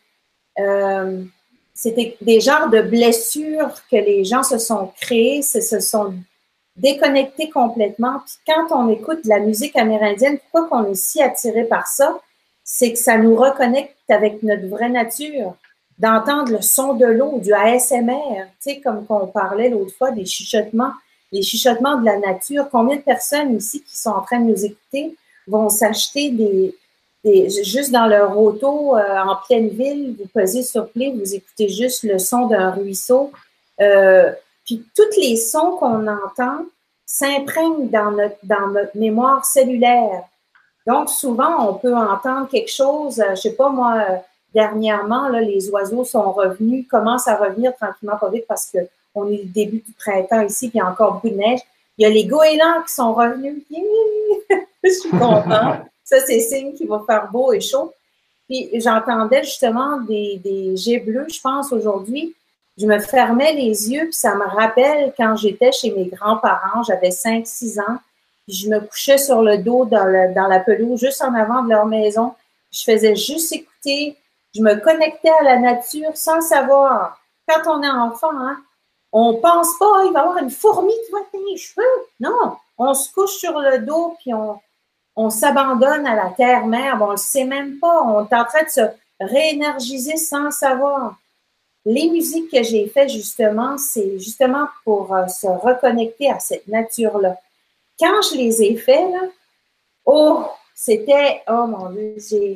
des genres de blessures que les gens se sont créées, se sont déconnectés complètement. Puis quand on écoute de la musique amérindienne, pourquoi qu'on est si attiré par ça? C'est que ça nous reconnecte avec notre vraie nature. d'entendre le son de l'eau, du ASMR, tu sais, comme qu'on parlait l'autre fois, des chuchotements, les chuchotements de la nature. Combien de personnes ici qui sont en train de nous écouter vont s'acheter juste dans leur auto, en pleine ville, vous posez sur play, vous écoutez juste le son d'un ruisseau. Puis tous les sons qu'on entend s'imprègnent dans notre mémoire cellulaire. Donc, souvent, on peut entendre quelque chose, je sais pas moi, dernièrement, là, les oiseaux sont revenus, commencent à revenir tranquillement, pas vite, parce qu'on est le début du printemps ici, puis il y a encore beaucoup de neige. Il y a les goélands qui sont revenus. Je suis contente. Ça, c'est signe qu'il va faire beau et chaud. Puis j'entendais justement des jets bleus, je pense, aujourd'hui. Je me fermais les yeux, puis ça me rappelle quand j'étais chez mes grands-parents, j'avais 5-6 ans, puis je me couchais sur le dos dans la pelouse, juste en avant de leur maison. Je faisais juste écouter, je me connectais à la nature sans savoir. Quand on est enfant, hein, on pense pas, il va y avoir une fourmi qui va tenir les cheveux. Non, on se couche sur le dos, puis on s'abandonne à la terre-mère, on ne le sait même pas, on est en train de se réénergiser sans savoir. Les musiques que j'ai faites, justement, c'est justement pour se reconnecter à cette nature-là. Quand je les ai faits, là, oh, c'était, oh mon Dieu,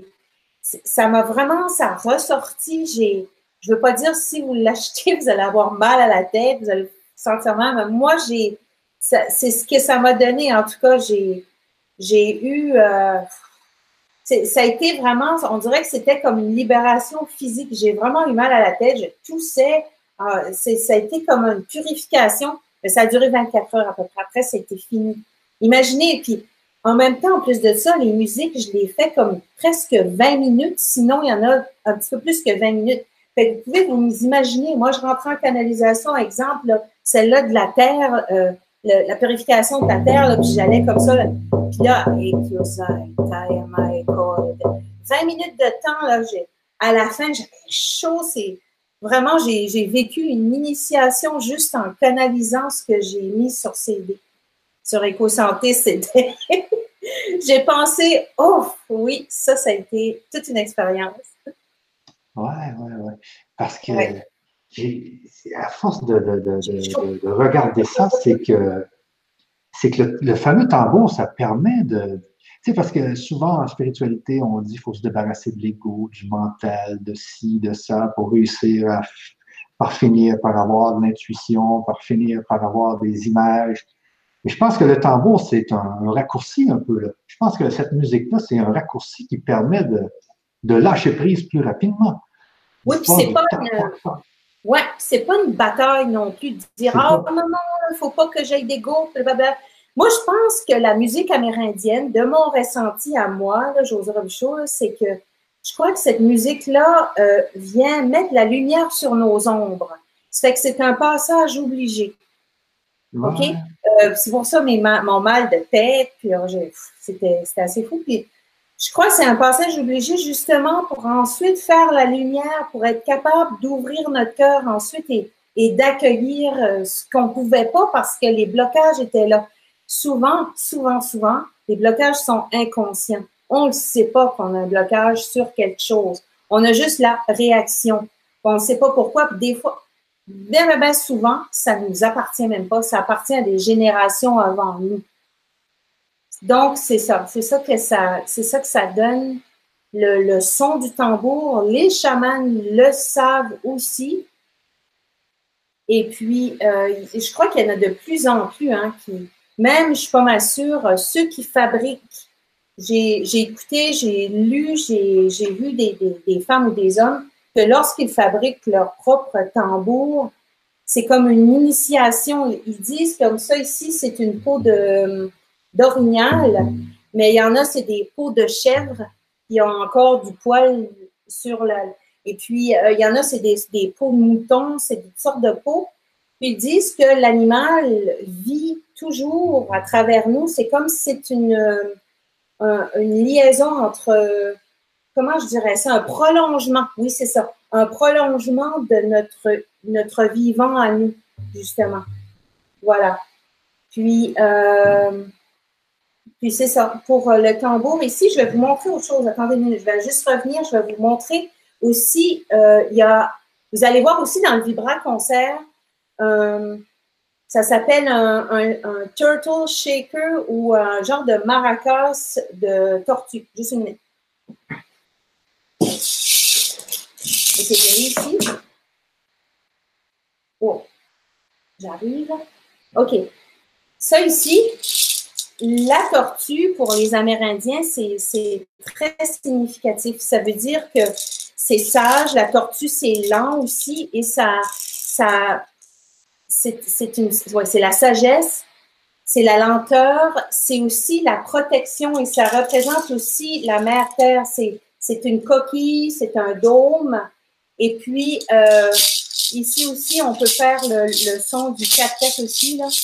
ça m'a vraiment, ça a ressorti, je veux pas dire si vous l'achetez, vous allez avoir mal à la tête, vous allez sentir mal, mais moi, c'est ce que ça m'a donné, en tout cas, j'ai eu, ça a été vraiment, on dirait que c'était comme une libération physique. J'ai vraiment eu mal à la tête, je toussais. Ça a été comme une purification, mais ça a duré 24 heures à peu près. Après, c'était fini. Imaginez, et puis en même temps, en plus de ça, les musiques, je les fais comme presque 20 minutes. Sinon, il y en a un petit peu plus que 20 minutes. Fait que vous pouvez vous imaginer, moi, je rentrais en canalisation, exemple, là, celle-là de la terre, la purification de la terre, là, puis j'allais comme ça, là, puis là, 20 minutes de temps, là, à la fin, j'avais chaud. C'est vraiment, j'ai vécu une initiation juste en canalisant ce que j'ai mis sur CD. Sur EcoSanté, c'était. J'ai pensé, oh, oui, ça a été toute une expérience. Ouais. Parce que à force de regarder ça, c'est que le fameux tambour, ça permet de. Tu sais, parce que souvent en spiritualité, on dit qu'il faut se débarrasser de l'ego, du mental, de ci, de ça, pour réussir par finir par avoir de l'intuition, par finir par avoir des images. Et je pense que le tambour, c'est un raccourci un peu là. Je pense que cette musique-là, c'est un raccourci qui permet de lâcher prise plus rapidement. Oui, puis c'est pas une bataille non plus de dire ah non, il ne faut pas que j'aille d'ego. Moi, je pense que la musique amérindienne, de mon ressenti à moi, là, José Robichaud, c'est que je crois que cette musique-là vient mettre la lumière sur nos ombres. Ça fait que c'est un passage obligé. Ouais. OK? C'est pour ça mon mal de tête, puis c'était assez fou. Puis je crois que c'est un passage obligé justement pour ensuite faire la lumière, pour être capable d'ouvrir notre cœur ensuite et d'accueillir ce qu'on ne pouvait pas parce que les blocages étaient là. Souvent, les blocages sont inconscients. On ne sait pas qu'on a un blocage sur quelque chose. On a juste la réaction. On ne sait pas pourquoi. Puis des fois, bien souvent, ça ne nous appartient même pas. Ça appartient à des générations avant nous. Donc, c'est ça que ça donne le son du tambour. Les chamans le savent aussi. Et puis, je crois qu'il y en a de plus en plus, hein, même, je suis pas mal sûre, ceux qui fabriquent. J'ai écouté, j'ai lu, j'ai vu des femmes ou des hommes que lorsqu'ils fabriquent leur propre tambour, c'est comme une initiation. Ils disent comme ça ici, c'est une peau d'orignal, mais il y en a, c'est des peaux de chèvre qui ont encore du poil sur la. Et puis, il y en a, c'est des peaux de mouton, c'est des sortes de peaux. Puis ils disent que l'animal vit toujours à travers nous. C'est comme si c'est une liaison entre, comment je dirais ça, un prolongement. Oui, c'est ça. Un prolongement de notre vivant à nous, justement. Voilà. Puis c'est ça. Pour le tambour, ici, je vais vous montrer autre chose. Attendez une minute, je vais juste revenir. Je vais vous montrer Aussi, vous allez voir aussi dans le Vibra Concert, ça s'appelle un turtle shaker ou un genre de maracas de tortue. Juste une minute. Essayez ici. Oh, j'arrive. OK. Ça ici, la tortue, pour les Amérindiens, c'est très significatif. Ça veut dire que c'est sage. La tortue, c'est lent aussi et c'est la sagesse, c'est la lenteur, c'est aussi la protection et ça représente aussi la mère Terre. C'est une coquille, c'est un dôme. Et puis, ici aussi, on peut faire le son du 4-4 aussi, là.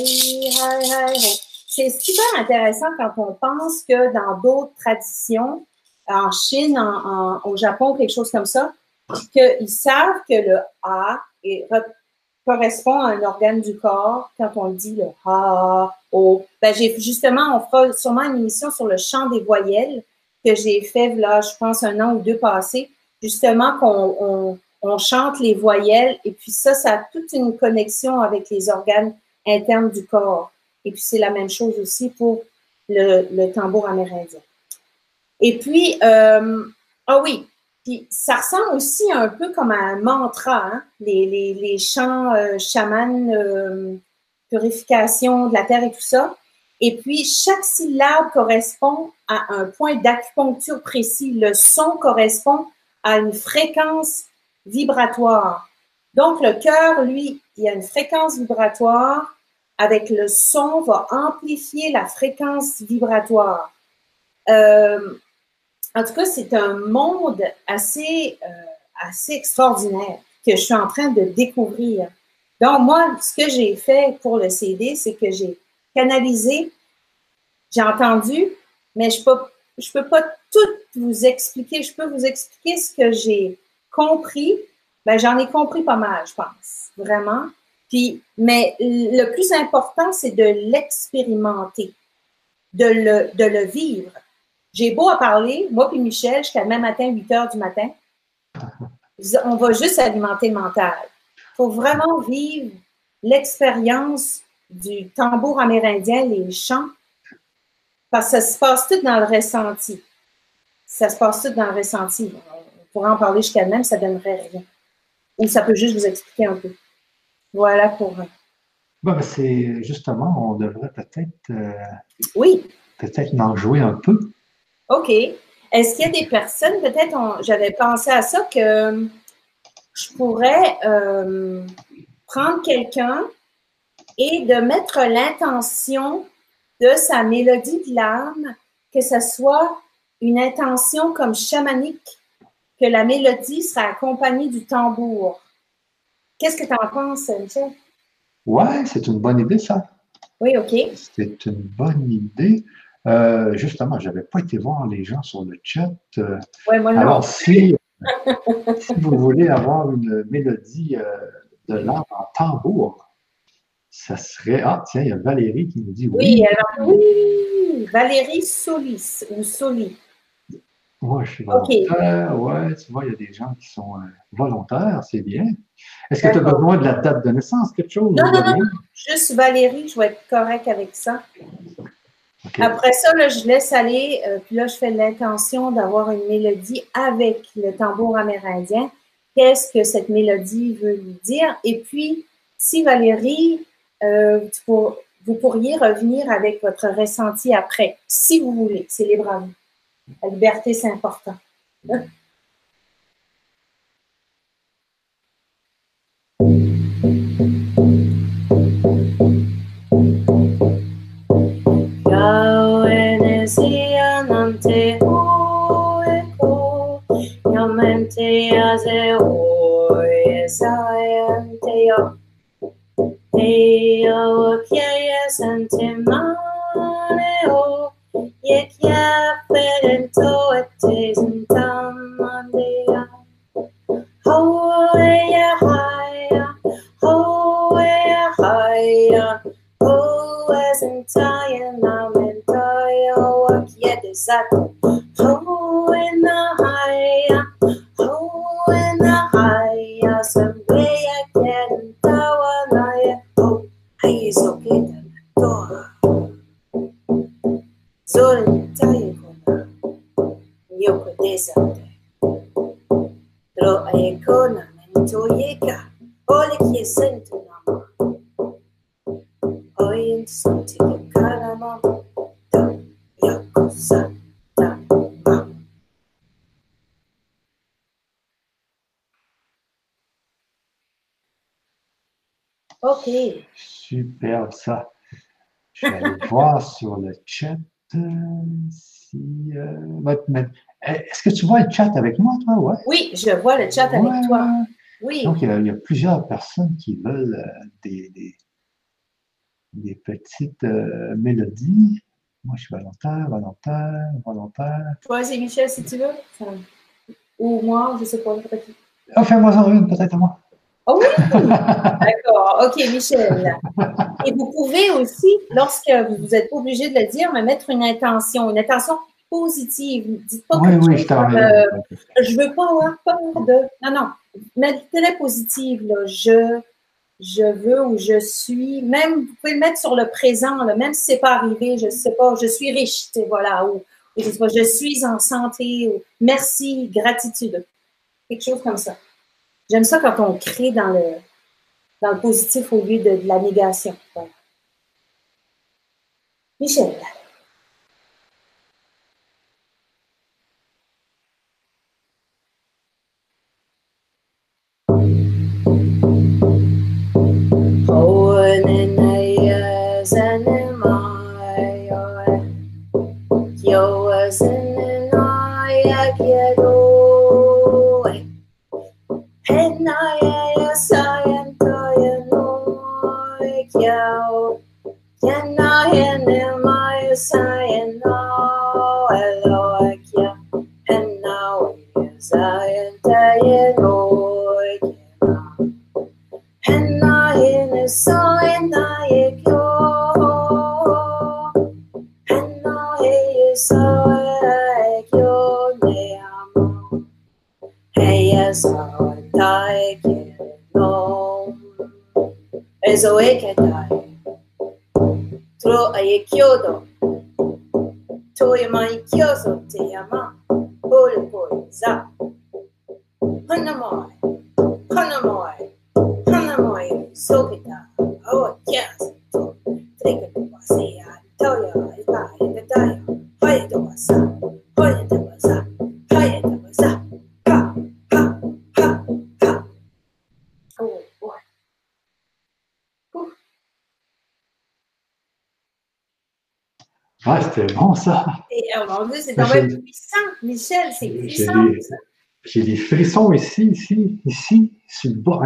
C'est super intéressant quand on pense que dans d'autres traditions, en Chine, au Japon, quelque chose comme ça, qu'ils savent que le A correspond à un organe du corps quand on dit le A, O. Ben, justement, on fera sûrement une émission sur le chant des voyelles que j'ai fait, là, je pense, 1 an ou 2 passés, justement qu'on chante les voyelles et puis ça a toute une connexion avec les organes internes du corps. Et puis, c'est la même chose aussi pour le tambour amérindien. Et puis, oui, puis ça ressemble aussi un peu comme à un mantra, hein? Les chants chamans, purification de la terre et tout ça. Et puis, chaque syllabe correspond à un point d'acupuncture précis. Le son correspond à une fréquence vibratoire. Donc, le cœur, lui, il y a une fréquence vibratoire. Avec le son, va amplifier la fréquence vibratoire. En tout cas, c'est un monde assez extraordinaire que je suis en train de découvrir. Donc, moi, ce que j'ai fait pour le CD, c'est que j'ai canalisé, j'ai entendu, mais je peux pas tout vous expliquer. Je peux vous expliquer ce que j'ai compris. Ben, j'en ai compris pas mal, je pense, vraiment. Puis, mais le plus important, c'est de l'expérimenter, de le vivre. J'ai beau à parler, moi puis Michel, jusqu'à demain matin, 8 heures du matin. On va juste alimenter le mental. Il faut vraiment vivre l'expérience du tambour amérindien, les chants, parce que ça se passe tout dans le ressenti. Ça se passe tout dans le ressenti. On pourrait en parler jusqu'à demain, ça ne donnerait rien. Ou ça peut juste vous expliquer un peu. Voilà pour... Ben, c'est justement, on devrait peut-être oui. Peut-être en jouer un peu. OK. Est-ce qu'il y a des personnes, peut-être, j'avais pensé à ça, que je pourrais prendre quelqu'un et de mettre l'intention de sa mélodie de l'âme, que ce soit une intention comme chamanique, que la mélodie sera accompagnée du tambour. Qu'est-ce que tu en penses, Michel? Ouais, c'est une bonne idée, ça. Oui, OK. C'est une bonne idée. Justement, je n'avais pas été voir les gens sur le chat. Ouais, moi, non. Alors, si vous voulez avoir une mélodie de l'âme en tambour, ça serait... Ah, tiens, il y a Valérie qui nous dit oui. Oui, alors oui, Valérie Solis ou Soli. Moi, je suis volontaire. Okay. Ouais, tu vois, il y a des gens qui sont volontaires, c'est bien. Est-ce que tu as besoin de la date de naissance, quelque chose? Non, juste Valérie, je vais être correct avec ça. Okay. Après ça, là, je laisse aller, puis là, je fais l'intention d'avoir une mélodie avec le tambour amérindien. Qu'est-ce que cette mélodie veut lui dire? Et puis, si Valérie, vous pourriez revenir avec votre ressenti après, si vous voulez, c'est libre à vous. La liberté, c'est important. Aizoketa Toa Zoltayekona Yoko Desante Tro Ayekona Mentoyeka Ole Kiesento Nama Oyen Santi Kalama Yoko Santa Ma. OK. Super, ça. Je vais aller voir sur le chat. Est-ce que tu vois le chat avec moi, toi? Ouais. Oui, je vois le chat avec toi. Oui. Donc, il y a plusieurs personnes qui veulent des petites mélodies. Moi, je suis volontaire. Choisis Michel si tu veux. Ou moi, je ne sais pas. Fais-moi en une, peut-être moi. Oh oui! D'accord. OK, Michel. Et vous pouvez aussi, lorsque vous n'êtes pas obligé de le dire, mais mettre une intention positive. Dites pas oui, je t'en je veux pas avoir peur de. Non. Mettez-la positive, là. Je veux ou je suis. Même, vous pouvez le mettre sur le présent, là, même si ce n'est pas arrivé, je ne sais pas, je suis riche, voilà. Ou je sais pas, je suis en santé, ou merci, gratitude. Quelque chose comme ça. J'aime ça quand on crée dans le positif au lieu de la négation. Voilà. Michel. Tro Ayekyodo Toyamai Kyoso Teyama Polza Hanamoy Sokita Oh yes Take it Wasia Toya Ita Hayatawasa Hayatawasa Ha Oh boy. Ah, c'était bon, ça. Oh mon Dieu, c'est vraiment puissant, Michel, c'est puissant. J'ai des frissons ici, sur le bas.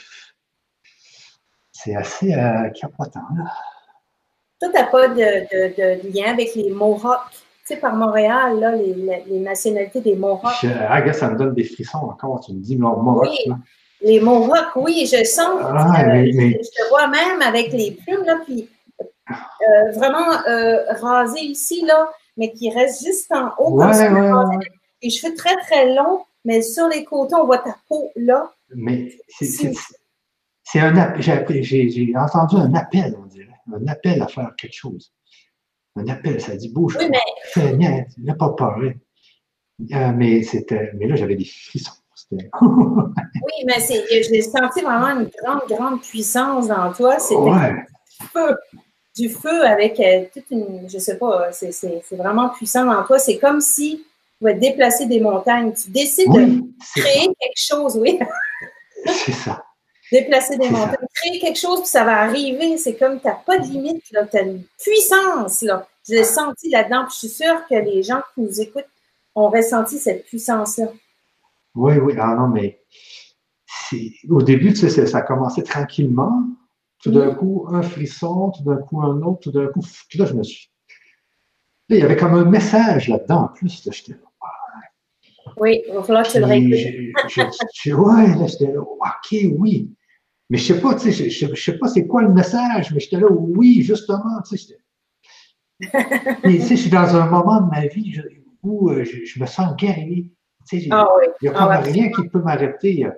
C'est assez capotant, là. Toi, tu n'as pas de lien avec les Mohawks. Tu sais, par Montréal, là, les nationalités des Mohawks. Ça me donne des frissons encore. Tu me dis Mohawks. Oui, là. Les Mohawks, oui, je sens. Je te vois même avec les plumes, là, puis vraiment rasé ici, là, mais qui reste juste en haut. Ouais. Les cheveux très, très longs, mais sur les côtés, on voit ta peau là. Mais c'est un appel. J'ai entendu un appel, on dirait. Un appel à faire quelque chose. Un appel, ça dit bouge. Oui, mais. Il n'a pas peur. Mais là, j'avais des frissons. Oui, mais j'ai senti vraiment une grande puissance dans toi. C'était du feu avec toute une, je sais pas, c'est vraiment puissant dans toi. C'est comme si tu pouvais déplacer des montagnes. Tu décides de créer quelque chose, oui. C'est ça. Déplacer des montagnes, créer quelque chose, puis ça va arriver. C'est comme, tu n'as pas de limite, tu as une puissance, là. Je l'ai senti là-dedans, puis je suis sûre que les gens qui nous écoutent ont ressenti cette puissance-là. Oui. Ah non, mais au début, tu sais, ça a commencé tranquillement. Tout d'un coup, un frisson, tout d'un coup, un autre, tout d'un coup, puis là, je me suis. Là, il y avait comme un message là-dedans, en plus. Là, j'étais là. Oui, il va falloir que tu le réécoutes. Ouais, là, j'étais là. OK, oui. Mais je sais pas, tu sais, je sais pas c'est quoi le message, mais j'étais là, oui, justement, tu sais, tu sais, je suis dans un moment de ma vie où je me sens guerrier. Tu sais, il n'y a comme rien qui peut m'arrêter.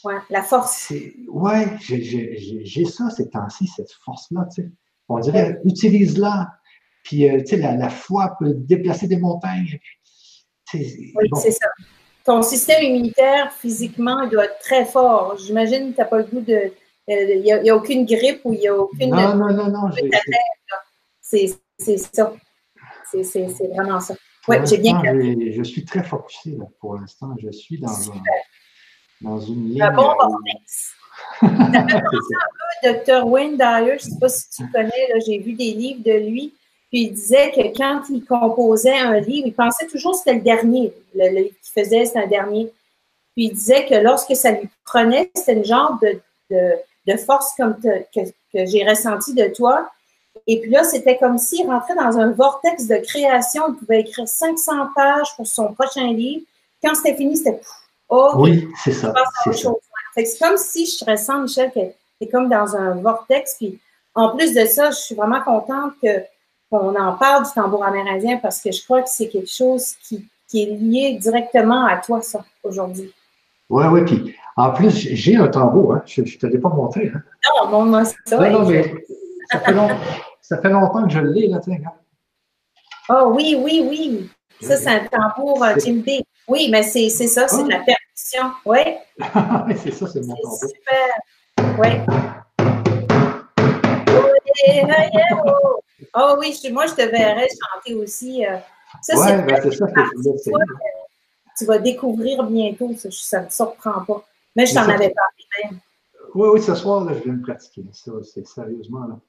Ouais, la force. Ouais, j'ai ça ces temps-ci, cette force-là, tu sais. On dirait, utilise-la. Puis, tu sais, la foi peut déplacer des montagnes. Oui, Bon. c'est ça. Ton système immunitaire, physiquement, il doit être très fort. J'imagine que tu n'as pas le goût de. Il n'y a, aucune grippe ou il n'y a aucune. Non, non, non, non. C'est ça. C'est vraiment ça. Pour Oui, j'ai bien l'instant, compris. je suis très focusé, là. Pour l'instant, je suis dans une Un ligne. bon vortex. Ça fait penser un peu à Dr. Wayne Dyer. Je ne sais pas si tu connais, j'ai vu des livres de lui. Puis il disait que quand il composait un livre, il pensait toujours que c'était le dernier. Le livre qu'il faisait, c'était un dernier. Puis il disait que lorsque ça lui prenait, c'était une genre de force comme que j'ai ressenti de toi. Et puis là, c'était comme s'il rentrait dans un vortex de création. Il pouvait écrire 500 pages pour son prochain livre. Quand c'était fini, c'était OK. Oui, c'est ça. C'est comme si je ressens, Michel, que c'est comme dans un vortex. Puis en plus de ça, je suis vraiment contente qu'on en parle du tambour amérindien parce que je crois que c'est quelque chose qui est lié directement à toi, ça, aujourd'hui. Oui, oui. Puis en plus, j'ai un tambour. Hein. Je ne te l'ai pas montré. Hein. Non, montre-moi ça. Non, non, mais ça fait longtemps que je l'ai, là, tu sais. Oh oui, oui, oui. Ça, c'est un tambour djembé. Oui, mais c'est ça, c'est de la percussion. Oui. C'est ça, c'est mon tambour. Super. Oui. Oh oui, moi, je te verrais chanter aussi. Ça, ouais, c'est ça que je voulais essayer. Tu vas découvrir bientôt, ça ne me surprend pas. Mais je t'en avais parlé même. Oui, oui, ce soir, là, je viens me pratiquer. Ça, c'est sérieusement, là.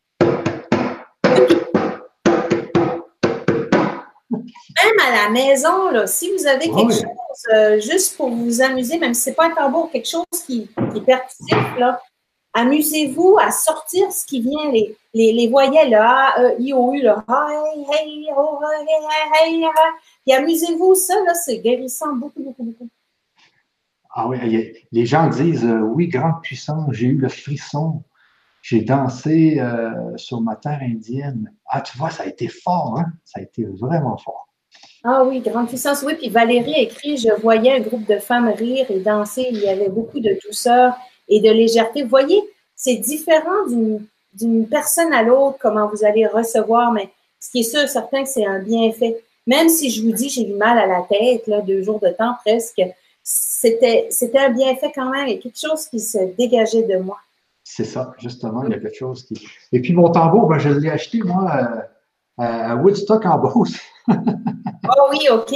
Même à la maison, là, si vous avez quelque chose juste pour vous amuser, même si ce n'est pas un tambour, quelque chose qui est percussif, là, amusez-vous à sortir ce qui vient, les voyelles, le A, E, I, O, U, le hey, hey, oh, hey, hey, hey, et amusez-vous, ça, là, c'est guérissant beaucoup, beaucoup, beaucoup. Ah oui, les gens disent oui, grande puissance, j'ai eu le frisson, j'ai dansé sur ma terre indienne. Ah, tu vois, ça a été fort, hein? Ça a été vraiment fort. Ah oui, grande puissance, oui. Puis Valérie écrit, je voyais un groupe de femmes rire et danser. Il y avait beaucoup de douceur et de légèreté. Vous voyez, c'est différent d'une personne à l'autre, comment vous allez recevoir, mais ce qui est sûr, certain que c'est un bienfait. Même si je vous dis, j'ai eu mal à la tête, là, 2 jours de temps presque, c'était un bienfait quand même. Il y a quelque chose qui se dégageait de moi. C'est ça, justement, il y a quelque chose qui... Et puis mon tambour, ben, je l'ai acheté, moi, à Woodstock en Beauce. Oh oui, OK.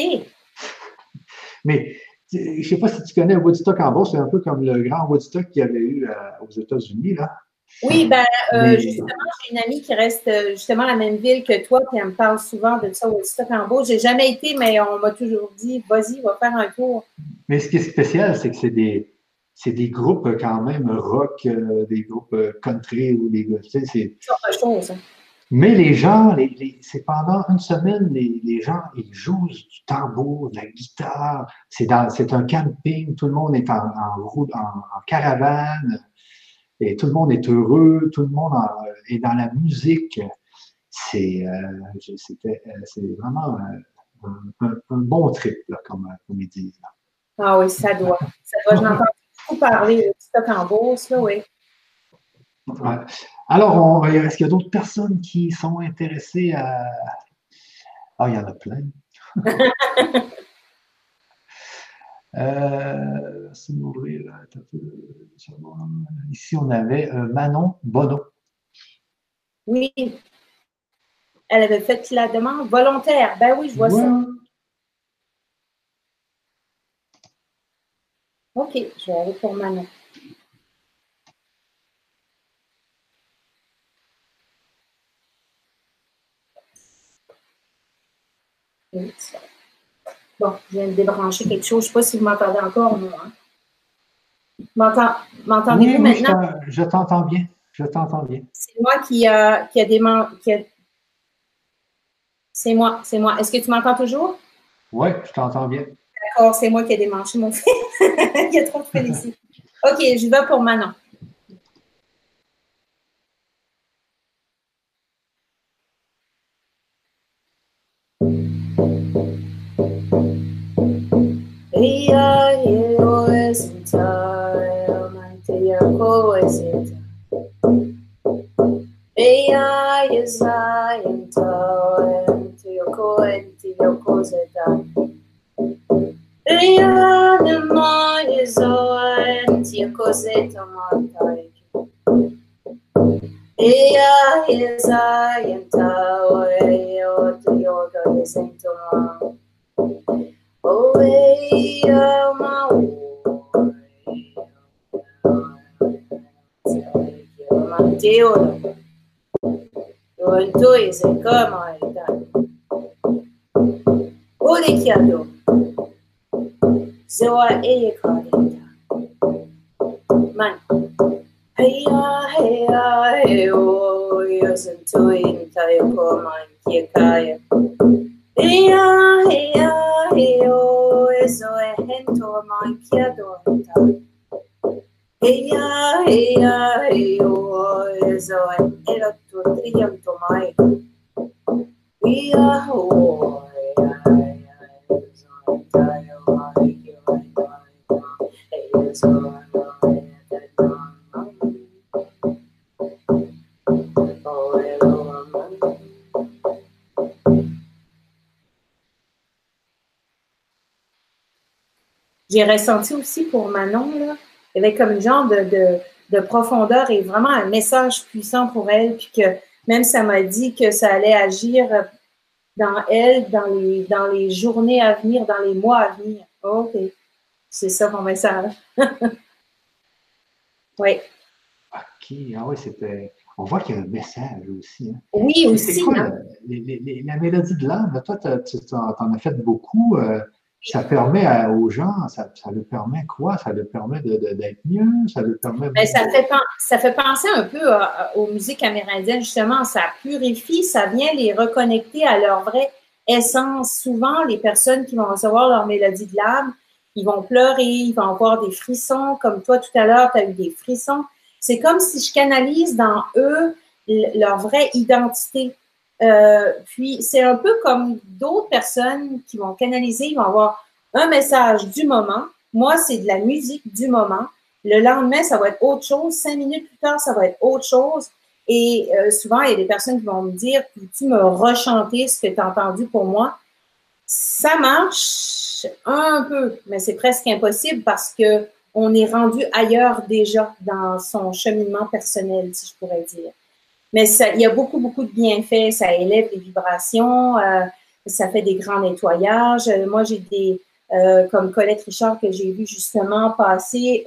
Mais je ne sais pas si tu connais Woodstock en Beauce, c'est un peu comme le grand Woodstock qu'il y avait eu aux États-Unis, là. Oui, ben justement, j'ai une amie qui reste justement à la même ville que toi, puis elle me parle souvent de ça, Woodstock en Beauce. J'ai jamais été, mais on m'a toujours dit, vas-y, va faire un tour. Mais ce qui est spécial, c'est que c'est des groupes quand même rock, des groupes country ou des tu sais, c'est autre chose. Mais les gens, c'est pendant une semaine, les gens, ils jouent du tambour, de la guitare. C'est un camping, tout le monde est en caravane, et tout le monde est heureux, tout le monde est dans la musique. C'est vraiment un bon trip, là, comme ils disent. Là. Ah oui, ça doit. J'en entends beaucoup parler de stock en bourse, là, oui. Ouais. Alors, est-ce qu'il y a d'autres personnes qui sont intéressées à... Ah, il y en a plein. C'est m'ouvrir. Ici, on avait Manon Bonneau. Oui. Elle avait fait la demande volontaire. Ben oui, je vois ça. OK, je vais aller pour Manon. Bon, je viens de débrancher quelque chose. Je ne sais pas si vous m'entendez encore, moi. Hein? M'entendez-vous maintenant? Je t'entends bien. Je t'entends bien. C'est moi qui a C'est moi. Est-ce que tu m'entends toujours? Oui, je t'entends bien. D'accord, c'est moi qui ai démanché mon fil. Il y a trop de fil ici. OK, je vais pour Manon. Zeta. Eya Zion Town to Yoko and to Yoko Zeta. Eya the Mon is on to Yoko Zeta Montai. Eya Zion Town to Yoko Zeta. Oh, eya my Mateo, non tu sei come Ore chiado, Zoa e Carita. Man, heya, heyo, yosanto in tayo koma kiakaya. Heya, heyo, eso e hento man chiado. Heya, heyo, eso era tu triunto mai. Heya, ho, j'ai ressenti aussi pour Manon, là, il y avait comme une genre de profondeur et vraiment un message puissant pour elle, puis que même ça m'a dit que ça allait agir dans elle, dans les journées à venir, dans les mois à venir. OK. C'est ça mon message. Oui. OK. Ah oui, c'était. On voit qu'il y a un message aussi. Hein. Oui, aussi. C'est quoi la mélodie de l'âme? Toi, tu en as fait beaucoup. Ça permet aux gens, ça leur permet quoi? Ça leur permet d'être mieux? Ça leur permet. Bien, ça fait penser un peu aux musiques amérindiennes, justement. Ça purifie, ça vient les reconnecter à leur vraie essence. Souvent, les personnes qui vont recevoir leur mélodie de l'âme, ils vont pleurer, ils vont avoir des frissons. Comme toi, tout à l'heure, tu as eu des frissons. C'est comme si je canalise dans eux leur vraie identité. Puis, c'est un peu comme d'autres personnes qui vont canaliser, ils vont avoir un message du moment. Moi, c'est de la musique du moment. Le lendemain, ça va être autre chose. 5 minutes plus tard, ça va être autre chose. Et souvent, il y a des personnes qui vont me dire, peux-tu me rechanter ce que tu as entendu pour moi? Ça marche un peu, mais c'est presque impossible parce que on est rendu ailleurs déjà dans son cheminement personnel, si je pourrais dire. Mais ça, il y a beaucoup, beaucoup de bienfaits. Ça élève les vibrations, ça fait des grands nettoyages. Moi, j'ai des, comme Colette Richard que j'ai vu justement passer,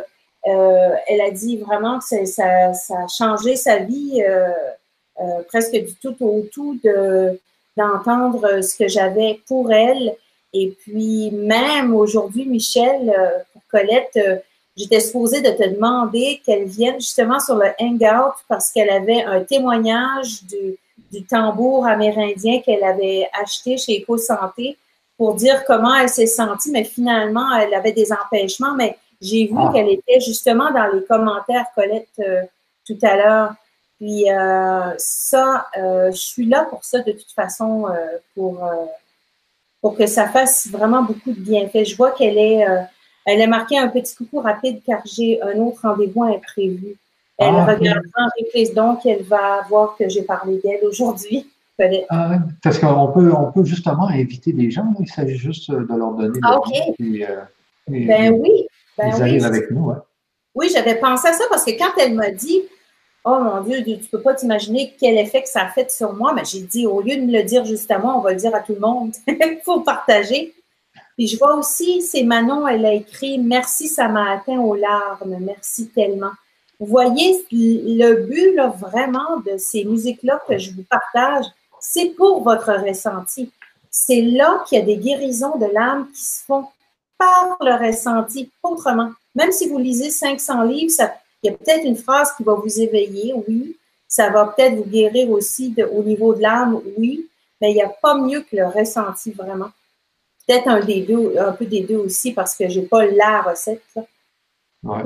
elle a dit vraiment que ça a changé sa vie presque du tout au tout d'entendre ce que j'avais pour elle. Et puis, même aujourd'hui, Michel, pour Colette, j'étais supposée de te demander qu'elle vienne justement sur le Hangout parce qu'elle avait un témoignage du tambour amérindien qu'elle avait acheté chez EcoSanté pour dire comment elle s'est sentie, mais finalement, elle avait des empêchements, mais j'ai vu qu'elle était justement dans les commentaires, Colette, tout à l'heure. Puis je suis là pour ça de toute façon, pour que ça fasse vraiment beaucoup de bienfaits. Je vois elle a marqué un petit coucou rapide car j'ai un autre rendez-vous imprévu. Elle regardera en replay, donc elle va voir que j'ai parlé d'elle aujourd'hui. Parce qu'on peut justement inviter des gens, il s'agit juste de leur donner le lien, puis, oui. Ils arrivent avec nous. Hein. Oui, j'avais pensé à ça parce que quand elle m'a dit « Oh mon Dieu, tu ne peux pas t'imaginer quel effet que ça a fait sur moi », mais j'ai dit, au lieu de me le dire juste à moi, on va le dire à tout le monde. Il faut partager. Puis je vois aussi, c'est Manon, elle a écrit « Merci, ça m'a atteint aux larmes. Merci tellement. » Vous voyez, le but là, vraiment de ces musiques-là que je vous partage, c'est pour votre ressenti. C'est là qu'il y a des guérisons de l'âme qui se font par le ressenti, autrement. Même si vous lisez 500 livres, il y a peut-être une phrase qui va vous éveiller, oui. Ça va peut-être vous guérir aussi au niveau de l'âme, oui. Mais il n'y a pas mieux que le ressenti, vraiment. Peut-être un peu des deux aussi, parce que je n'ai pas la recette. Oui.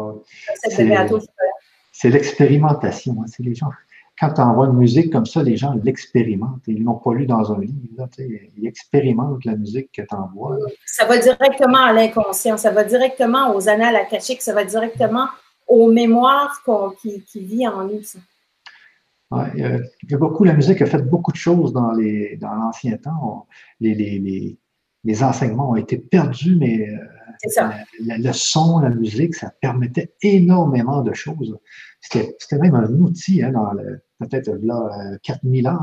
C'est l'expérimentation. Hein. C'est les gens. Quand tu envoies une musique comme ça, les gens l'expérimentent. Ils ne l'ont pas lu dans un livre. Là, ils expérimentent la musique que tu envoies. Ça va directement à l'inconscient. Ça va directement aux annales akashiques. Ça va directement aux mémoires qui vit en nous. Ça. Ouais, il y a beaucoup, la musique a fait beaucoup de choses dans l'ancien temps. Les enseignements ont été perdus, mais C'est ça. le son, la musique, ça permettait énormément de choses. C'était même un outil, hein, peut-être là, 4000 ans.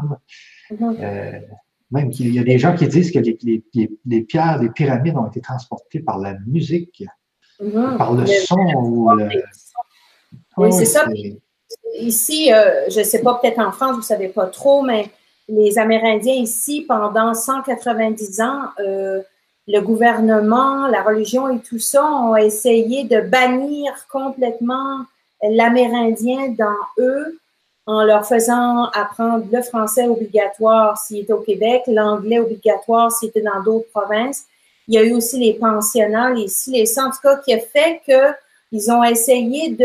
Même qu'il y a des gens qui disent que les pierres des pyramides ont été transportées par la musique, par le son. Oui, c'est ça. Ici, je ne sais pas, peut-être en France, vous ne savez pas trop, mais les Amérindiens ici, pendant 190 ans, le gouvernement, la religion et tout ça ont essayé de bannir complètement l'Amérindien dans eux en leur faisant apprendre le français obligatoire s'il était au Québec, l'anglais obligatoire s'il était dans d'autres provinces. Il y a eu aussi les pensionnats, les ci, les ça, en tout cas, qui a fait qu'ils ont essayé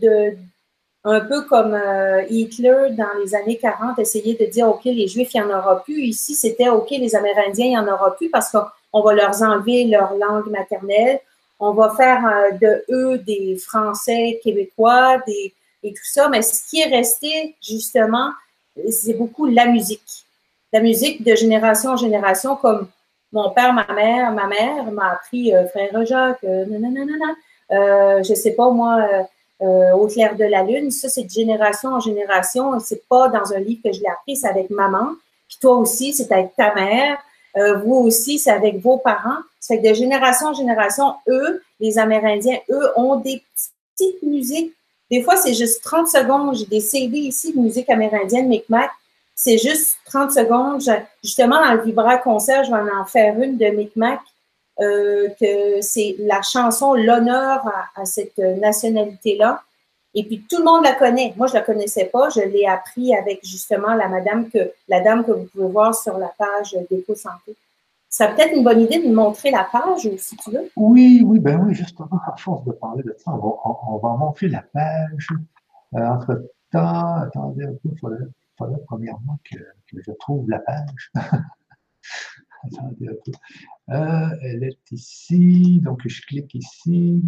un peu comme Hitler dans les années 40, essayer de dire, OK, les Juifs, il n'y en aura plus. Ici, c'était, OK, les Amérindiens, il n'y en aura plus parce qu'on va leur enlever leur langue maternelle. On va faire de eux des Français québécois, et tout ça. Mais ce qui est resté, justement, c'est beaucoup la musique. La musique de génération en génération, comme mon père, ma mère m'a appris Frère Jacques, je sais pas, moi, au clair de la lune. Ça, c'est de génération en génération. C'est pas dans un livre que je l'ai appris, c'est avec maman. Puis toi aussi, c'est avec ta mère. Vous aussi, c'est avec vos parents. Ça fait que de génération en génération, eux, les Amérindiens, eux, ont des petites musiques. Des fois, c'est juste 30 secondes. J'ai des CD ici de musique amérindienne, Micmac. C'est juste 30 secondes. Justement, dans le Vibra concert, je vais en faire une de Micmac. Que c'est la chanson, l'honneur à cette nationalité-là. Et puis, tout le monde la connaît. Moi, je la connaissais pas. Je l'ai appris avec, justement, la dame que vous pouvez voir sur la page d'Éco-Santé. Ça serait peut-être une bonne idée de montrer la page, si tu veux. Oui, ben oui, justement, à force de parler de ça, on va montrer la page. Entre-temps, attendez un peu, il faudrait premièrement que je trouve la page. Attendez un peu. Elle est ici, donc je clique ici.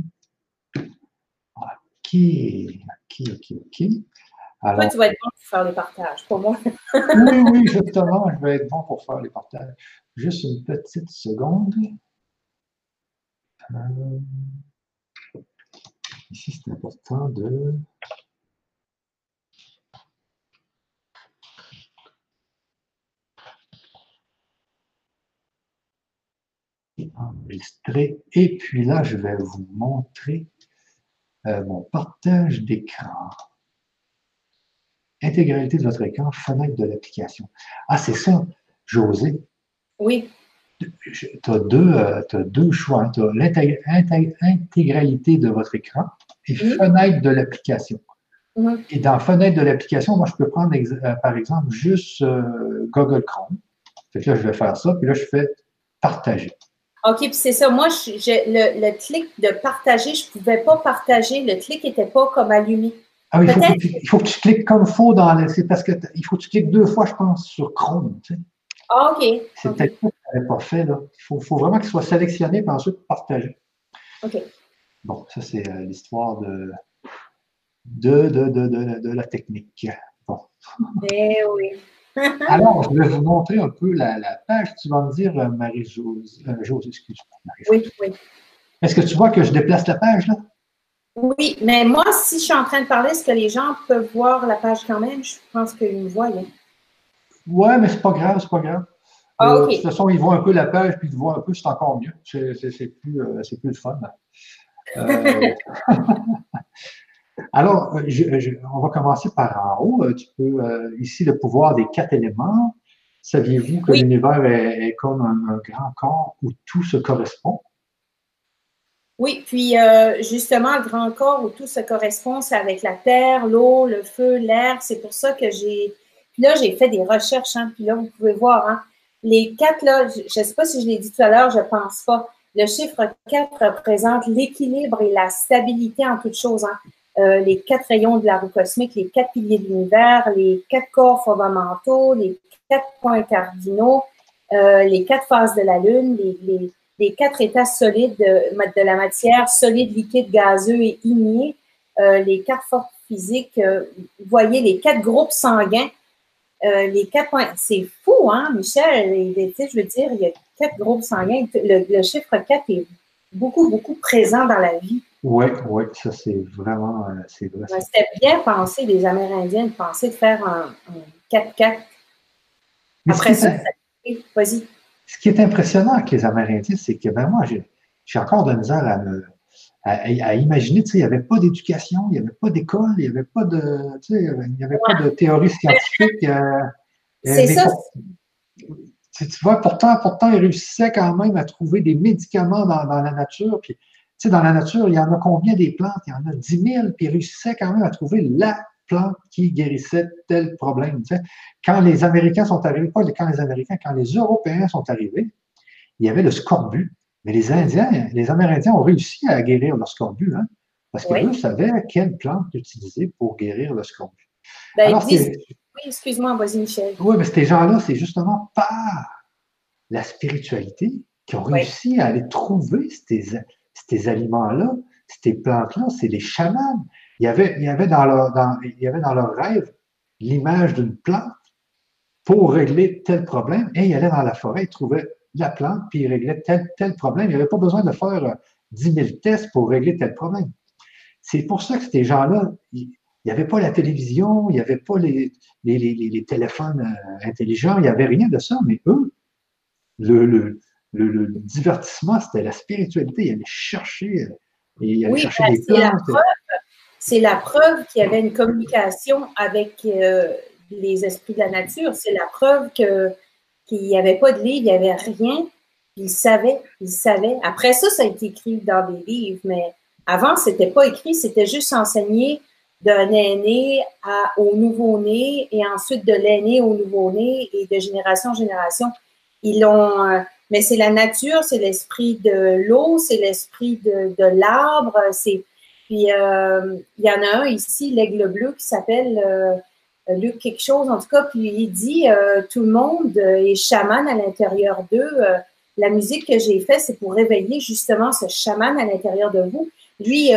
OK. Alors, toi, tu vas être bon pour faire les partages, pour moi. oui, justement, je vais être bon pour faire les partages. Juste une petite seconde. Ici, c'est important de... enregistrer. Et puis là, je vais vous montrer mon partage d'écran. Intégralité de votre écran, fenêtre de l'application. Ah, c'est ça, José. Oui. Tu as deux choix. Tu as l'intégralité de votre écran et fenêtre de l'application. Et dans fenêtre de l'application, moi, je peux prendre, par exemple, juste Google Chrome. Fait que là, je vais faire ça, puis là, je fais partager. OK, puis c'est ça. Moi, le clic de partager, je ne pouvais pas partager. Le clic n'était pas comme allumé. Ah oui, il faut que tu cliques comme il faut c'est parce que il faut que tu cliques 2 fois, je pense, sur Chrome. Tu sais. Ah, OK. C'est peut-être ça que tu n'avais pas fait. Là. Il faut vraiment qu'il soit sélectionné et ensuite partagé. OK. Bon, ça, c'est l'histoire de la technique. Bon. Eh oui. Alors, je vais vous montrer un peu la page. Tu vas me dire, Marie-Jose, excuse-moi. Oui, oui. Est-ce que tu vois que je déplace la page, là? Oui, mais moi, si je suis en train de parler, est-ce que les gens peuvent voir la page quand même? Je pense qu'ils me voient. Hein. Ouais, mais c'est pas grave, c'est pas grave. Ah, OK. De toute façon, ils voient un peu la page, puis ils voient un peu, c'est encore mieux. C'est plus le fun. Alors, on va commencer par en haut. Tu peux, ici, le pouvoir des 4 éléments. Saviez-vous que l'univers est comme un grand corps où tout se correspond? Oui, puis justement, le grand corps où tout se correspond, c'est avec la terre, l'eau, le feu, l'air. C'est pour ça que Puis là, j'ai fait des recherches, hein, puis là, vous pouvez voir, hein, les 4, là, je ne sais pas si je l'ai dit tout à l'heure, je ne pense pas. Le chiffre 4 représente l'équilibre et la stabilité en toute chose. Hein. Les 4 rayons de la roue cosmique, les 4 piliers de l'univers, les 4 corps fondamentaux, les 4 points cardinaux, les 4 phases de la Lune, les 4 états solides de la matière, solide, liquide, gazeux et igné, les 4 forces physiques, vous voyez les 4 groupes sanguins, les 4 points. C'est fou, hein, Michel? Je veux dire, il y a 4 groupes sanguins. Le chiffre 4 est beaucoup, beaucoup présent dans la vie. Oui, oui, ça c'est vraiment, c'est vrai. Ouais, c'était bien pensé des Amérindiens de penser de faire un 4-4. Après ça, vas-y. Ce qui est impressionnant avec les Amérindiens, c'est que ben, moi, j'ai encore de misère à imaginer, tu sais, il n'y avait pas d'éducation, il n'y avait pas d'école, il n'y avait pas de, tu sais, il n'y avait pas de théorie scientifique. C'est ça. Tu vois, pourtant, ils réussissaient quand même à trouver des médicaments dans la nature. Puis, tu sais, dans la nature, il y en a combien des plantes? Il y en a 10 000, puis ils réussissaient quand même à trouver la plante qui guérissait tel problème. Tu sais. Quand les Américains sont arrivés, pas quand les Américains, quand les Européens sont arrivés, il y avait le scorbut. Mais les Indiens, les Amérindiens ont réussi à guérir le scorbut, hein, parce qu'eux savaient quelle plante utiliser pour guérir le scorbut. Ben, alors, oui, excuse-moi, vas-y, Michel. Oui, mais ces gens-là, c'est justement par la spiritualité qui ont réussi à aller trouver ces aliments-là, ces plantes-là, c'est les chamans. Il y avait dans leur rêve l'image d'une plante pour régler tel problème, et ils allaient dans la forêt, ils trouvaient la plante, puis ils réglaient tel problème. Il n'y avait pas besoin de faire 10 000 tests pour régler tel problème. C'est pour ça que ces gens-là, il n'y avait pas la télévision, il n'y avait pas les téléphones intelligents, il n'y avait rien de ça, mais eux, le divertissement, c'était la spiritualité. Ils allaient chercher, des plantes. C'est la preuve qu'il y avait une communication avec les esprits de la nature. C'est la preuve qu'il n'y avait pas de livre, il n'y avait rien. Ils savaient. Après ça, ça a été écrit dans des livres, mais avant, ce n'était pas écrit, c'était juste enseigné d'un aîné au nouveau-né et ensuite de l'aîné au nouveau-né et de génération en génération. Mais c'est la nature, c'est l'esprit de l'eau, c'est l'esprit de l'arbre. Puis il y en a un ici, l'aigle bleu, qui s'appelle Luc quelque chose, en tout cas, puis il dit tout le monde est chaman à l'intérieur d'eux. La musique que j'ai faite, c'est pour réveiller justement ce chaman à l'intérieur de vous. Lui,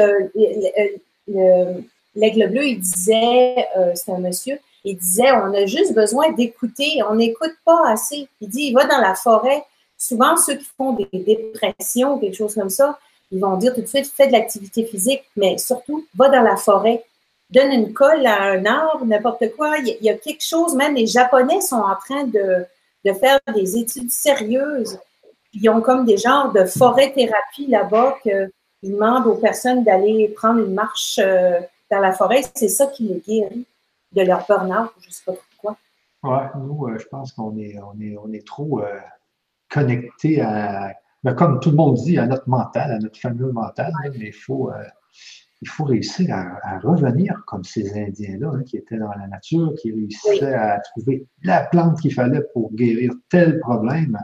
l'aigle bleu, il disait, c'est un monsieur, il disait, on a juste besoin d'écouter, on n'écoute pas assez. Il dit, il va dans la forêt. Souvent, ceux qui font des dépressions ou quelque chose comme ça, ils vont dire tout de suite, fais de l'activité physique, mais surtout, va dans la forêt. Donne une colle à un arbre, n'importe quoi. Il y a quelque chose, même les Japonais sont en train de faire des études sérieuses. Ils ont comme des genres de forêt-thérapie là-bas qu'ils demandent aux personnes d'aller prendre une marche dans la forêt. C'est ça qui les guérit de leur burn-out, je ne sais pas pourquoi. Oui, nous, je pense qu'on est trop connectés à, comme tout le monde dit, à notre mental, à notre fameux mental, là, mais il faut réussir à revenir comme ces Indiens-là, hein, qui étaient dans la nature, qui réussissaient à trouver la plante qu'il fallait pour guérir tel problème.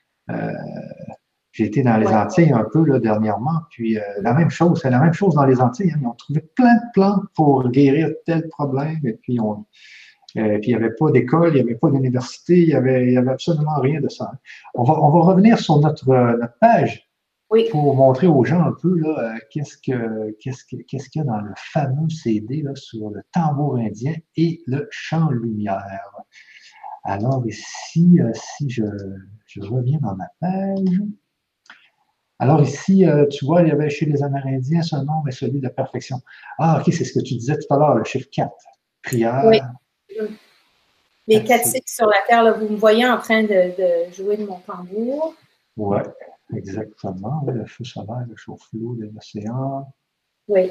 J'ai été dans les Antilles un peu là, dernièrement, puis c'est la même chose dans les Antilles. Hein, ils ont trouvé plein de plantes pour guérir tel problème, et puis il n'y avait pas d'école, il n'y avait pas d'université, il n'y avait absolument rien de ça. On va revenir sur notre page pour montrer aux gens un peu là, qu'est-ce qu'il y a dans le fameux CD là, sur le tambour indien et le chant lumière. Alors ici, si je reviens dans ma page. Alors ici, tu vois, il y avait chez les Amérindiens ce nom est celui de la perfection. Ah, ok, c'est ce que tu disais tout à l'heure, le chiffre 4. Prière. Oui. Les 4 cycles sur la Terre, là, vous me voyez en train de jouer de mon tambour. Oui, exactement. Le feu solaire, le chauffe-l'eau de l'océan. Oui.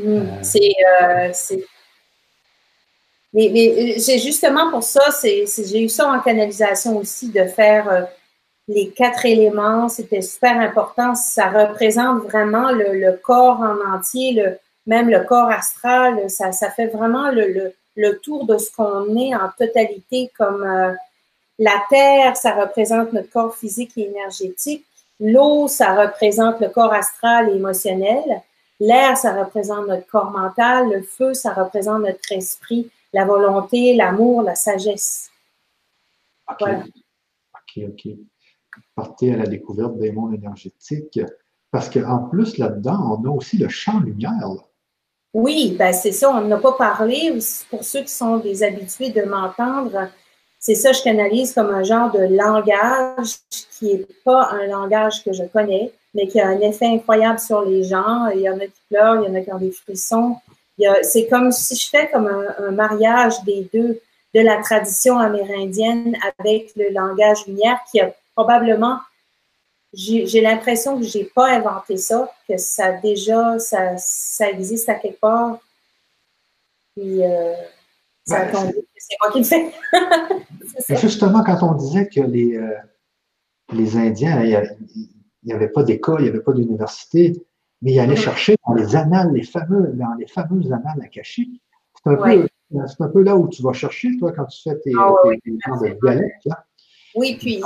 Mais c'est justement pour ça, j'ai eu ça en canalisation aussi, de faire les 4 éléments. C'était super important. Ça représente vraiment le corps en entier, même le corps astral. Ça fait vraiment le tour de ce qu'on est en totalité, comme la terre, ça représente notre corps physique et énergétique. L'eau, ça représente le corps astral et émotionnel. L'air, ça représente notre corps mental. Le feu, ça représente notre esprit, la volonté, l'amour, la sagesse. OK. Voilà. OK. Partez à la découverte des mondes énergétiques. Parce qu'en plus, là-dedans, on a aussi le champ lumière. Là. Oui, ben c'est ça, on n'a pas parlé. Pour ceux qui sont des habitués de m'entendre, c'est ça, je canalise comme un genre de langage qui n'est pas un langage que je connais, mais qui a un effet incroyable sur les gens. Il y en a qui pleurent, il y en a qui ont des frissons. C'est comme si je fais comme un mariage des deux, de la tradition amérindienne avec le langage lumière qui a probablement, j'ai l'impression que je n'ai pas inventé ça, que ça déjà, ça existe à quelque part. Puis ça a tombé, c'est moi qui le fais. Justement, quand on disait que les Indiens, il n'y avait pas d'école, il n'y avait pas d'université, mais ils allaient chercher dans les annales, dans les fameuses annales akashiques. C'est un peu là où tu vas chercher, toi, quand tu fais tes genres de dialectes. Oui, puis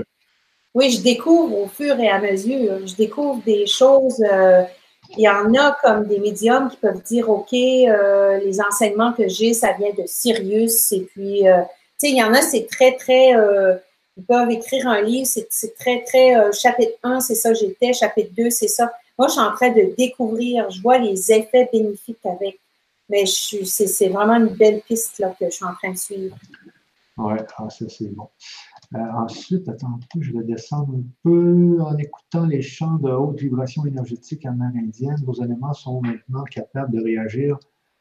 je découvre au fur et à mesure. Je découvre des choses. Il y en a comme des médiums qui peuvent dire, OK, les enseignements que j'ai, ça vient de Sirius. Et puis, tu sais, il y en a, c'est très, très... ils peuvent écrire un livre, c'est très, très... chapitre 1, c'est ça j'étais. Chapitre 2, c'est ça. Moi, je suis en train de découvrir. Je vois les effets bénéfiques avec. Mais c'est vraiment une belle piste là, que je suis en train de suivre. Oui, ça, c'est bon. Ensuite, attends un peu, je vais descendre un peu en écoutant les chants de haute vibration énergétique amérindienne. Vos éléments sont maintenant capables de réagir